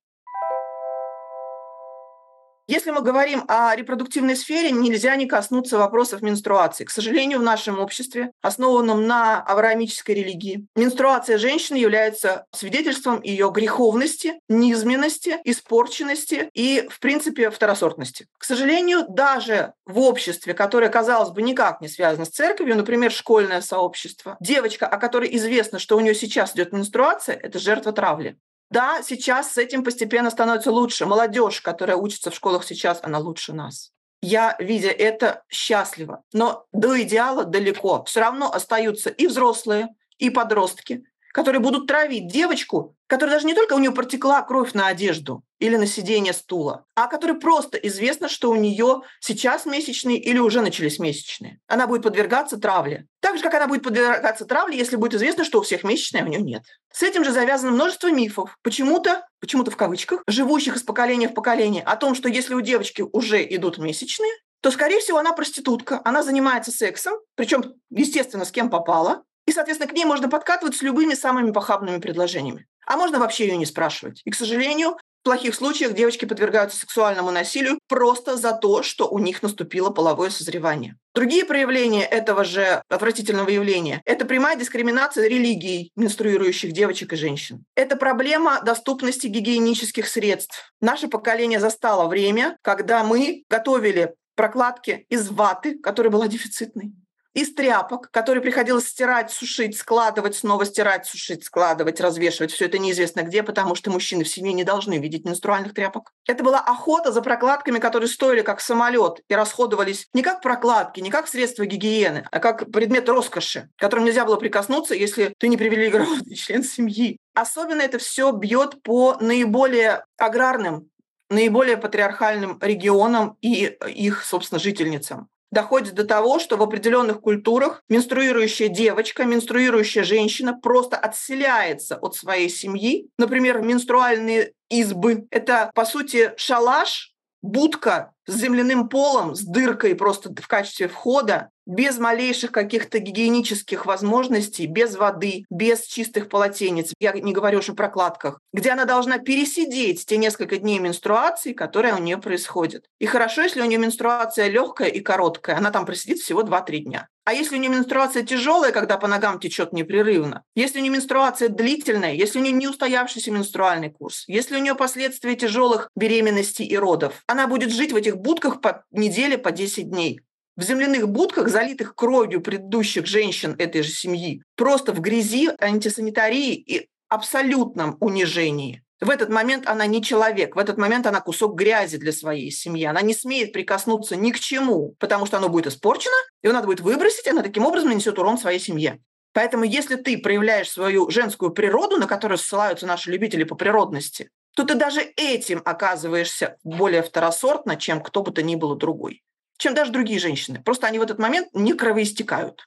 Если мы говорим о репродуктивной сфере, нельзя не коснуться вопросов менструации. К сожалению, в нашем обществе, основанном на авраамической религии, менструация женщины является свидетельством ее греховности, низменности, испорченности и, в принципе, второсортности. К сожалению, даже в обществе, которое, казалось бы, никак не связано с церковью, например, школьное сообщество, девочка, о которой известно, что у нее сейчас идет менструация, это жертва травли. Да, сейчас с этим постепенно становится лучше. Молодежь, которая учится в школах сейчас, она лучше нас. Я, видя это, счастлива. Но до идеала далеко. Все равно остаются и взрослые, и подростки, которые будут травить девочку, которая даже не только у нее протекла кровь на одежду или на сиденье стула, а которой просто известно, что у нее сейчас месячные или уже начались месячные. Она будет подвергаться травле. Так же, как она будет подвергаться травле, если будет известно, что у всех месячные, а у нее нет. С этим же завязано множество мифов. Почему-то, почему-то в кавычках, живущих из поколения в поколение, о том, что если у девочки уже идут месячные, то, скорее всего, она проститутка, она занимается сексом, причем, естественно, с кем попала, и, соответственно, к ней можно подкатывать с любыми самыми похабными предложениями. А можно вообще ее не спрашивать. И, к сожалению, в плохих случаях девочки подвергаются сексуальному насилию просто за то, что у них наступило половое созревание. Другие проявления этого же отвратительного явления – это прямая дискриминация религией менструирующих девочек и женщин. Это проблема доступности гигиенических средств. Наше поколение застало время, когда мы готовили прокладки из ваты, которая была дефицитной, из тряпок, которые приходилось стирать, сушить, складывать, снова стирать, сушить, складывать, развешивать. Все это неизвестно где, потому что мужчины в семье не должны видеть менструальных тряпок. Это была охота за прокладками, которые стоили как самолет и расходовались не как прокладки, не как средства гигиены, а как предмет роскоши, к которым нельзя было прикоснуться, если ты не привилегированный член семьи. Особенно это все бьет по наиболее аграрным, наиболее патриархальным регионам и их, собственно, жительницам. Доходит до того, что в определенных культурах менструирующая девочка, менструирующая женщина просто отселяется от своей семьи. Например, менструальные избы – это, по сути, шалаш, будка с земляным полом, с дыркой просто в качестве входа, без малейших каких-то гигиенических возможностей, без воды, без чистых полотенец, я не говорю уж о прокладках, где она должна пересидеть те несколько дней менструации, которые у нее происходят. И хорошо, если у нее менструация легкая и короткая, она там просидит всего два-три дня. А если у нее менструация тяжелая, когда по ногам течет непрерывно, если у нее менструация длительная, если у нее не устоявшийся менструальный курс, если у нее последствия тяжелых беременностей и родов, она будет жить в этих будках по неделе, по десять дней. В земляных будках, залитых кровью предыдущих женщин этой же семьи, просто в грязи, антисанитарии и абсолютном унижении. В этот момент она не человек, в этот момент она кусок грязи для своей семьи. Она не смеет прикоснуться ни к чему, потому что оно будет испорчено, его надо будет выбросить, и она таким образом нанесет урон своей семье. Поэтому если ты проявляешь свою женскую природу, на которую ссылаются наши любители по природности, то ты даже этим оказываешься более второсортно, чем кто бы то ни было другой, чем даже другие женщины. Просто они в этот момент не кровоистекают.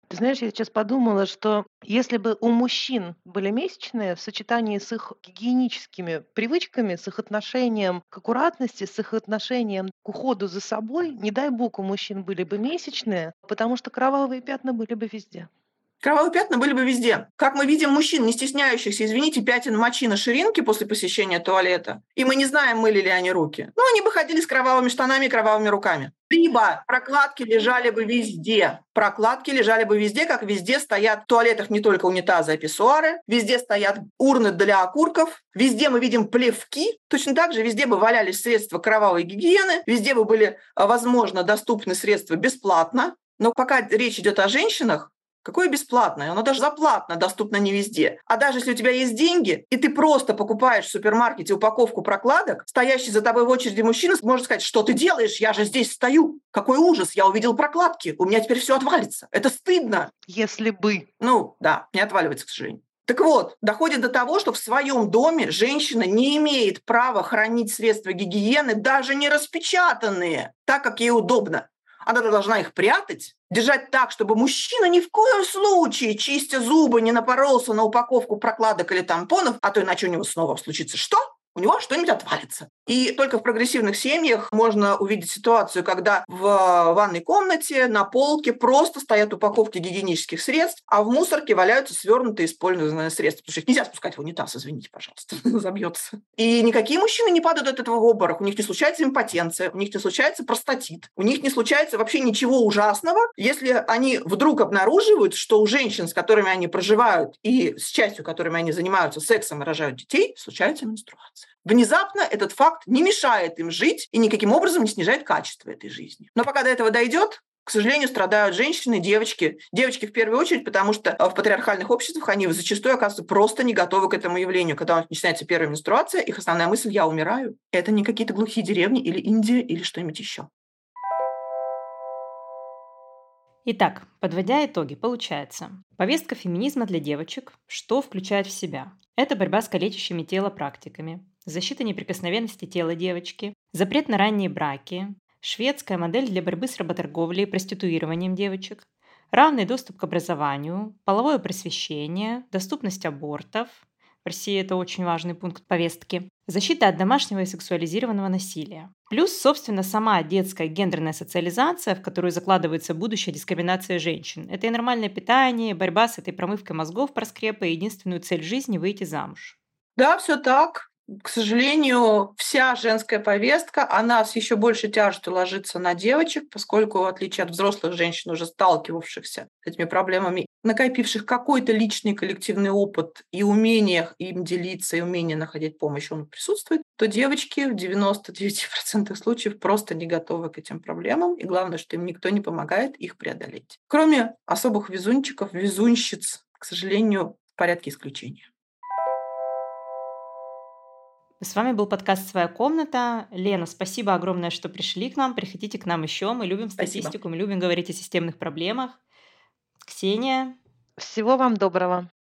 Ты знаешь, я сейчас подумала, что если бы у мужчин были месячные в сочетании с их гигиеническими привычками, с их отношением к аккуратности, с их отношением к уходу за собой, не дай бог у мужчин были бы месячные, потому что кровавые пятна были бы везде. Кровавые пятна были бы везде. Как мы видим мужчин, не стесняющихся, извините, пятен мочи на ширинке после посещения туалета, и мы не знаем, мыли ли они руки. Ну, они бы ходили с кровавыми штанами и кровавыми руками. Либо прокладки лежали бы везде. Прокладки лежали бы везде, как везде стоят в туалетах не только унитазы, а писсуары. Везде стоят урны для окурков. Везде мы видим плевки. Точно так же везде бы валялись средства кровавой гигиены. Везде бы были, возможно, доступны средства бесплатно. Но пока речь идет о женщинах, какое бесплатное? Оно даже заплатно доступно не везде. А даже если у тебя есть деньги, и ты просто покупаешь в супермаркете упаковку прокладок, стоящий за тобой в очереди мужчина может сказать: что ты делаешь? Я же здесь стою. Какой ужас, я увидел прокладки, у меня теперь все отвалится. Это стыдно. Если бы. Ну да, не отваливается, к сожалению. Так вот, доходит до того, что в своем доме женщина не имеет права хранить средства гигиены, даже не распечатанные, так, как ей удобно. Она должна их прятать, держать так, чтобы мужчина ни в коем случае, чистя зубы, не напоролся на упаковку прокладок или тампонов, а то иначе у него снова случится что? У него что-нибудь отвалится. И только в прогрессивных семьях можно увидеть ситуацию, когда в ванной комнате на полке просто стоят упаковки гигиенических средств, а в мусорке валяются свернутые использованные средства. Потому что их нельзя спускать в унитаз, извините, пожалуйста, забьется. И никакие мужчины не падают от этого в обморок. У них не случается импотенция, у них не случается простатит, у них не случается вообще ничего ужасного, если они вдруг обнаруживают, что у женщин, с которыми они проживают и с частью, которыми они занимаются сексом и рожают детей, случается менструация. Внезапно этот факт не мешает им жить и никаким образом не снижает качество этой жизни. Но пока до этого дойдет, к сожалению, страдают женщины, девочки. Девочки в первую очередь, потому что в патриархальных обществах они зачастую оказываются просто не готовы к этому явлению. Когда у них начинается первая менструация, их основная мысль: я умираю. Это не какие-то глухие деревни или Индия или что-нибудь еще. Итак, подводя итоги, получается, повестка феминизма для девочек, что включает в себя? Это борьба с калечащими тело практиками, защита неприкосновенности тела девочки, запрет на ранние браки, шведская модель для борьбы с работорговлей и проституированием девочек, равный доступ к образованию, половое просвещение, доступность абортов. В России это очень важный пункт повестки. Защита от домашнего и сексуализированного насилия. Плюс, собственно, сама детская гендерная социализация, в которую закладывается будущая дискриминация женщин. Это и нормальное питание, и борьба с этой промывкой мозгов про скрепы, и единственную цель жизни – выйти замуж. Да, все так. К сожалению, вся женская повестка, она с еще большей тяжестью ложится на девочек, поскольку, в отличие от взрослых женщин, уже сталкивавшихся с этими проблемами, накопивших какой-то личный коллективный опыт и умениях им делиться, и умение находить помощь, он присутствует, то девочки в девяноста девяти процентах случаев просто не готовы к этим проблемам, и главное, что им никто не помогает их преодолеть. Кроме особых везунчиков, везунщиц, к сожалению, в порядке исключения. С вами был подкаст «Своя комната». Лена, спасибо огромное, что пришли к нам. Приходите к нам еще. Мы любим статистику, Спасибо. мы любим говорить о системных проблемах. Ксения. Всего вам доброго.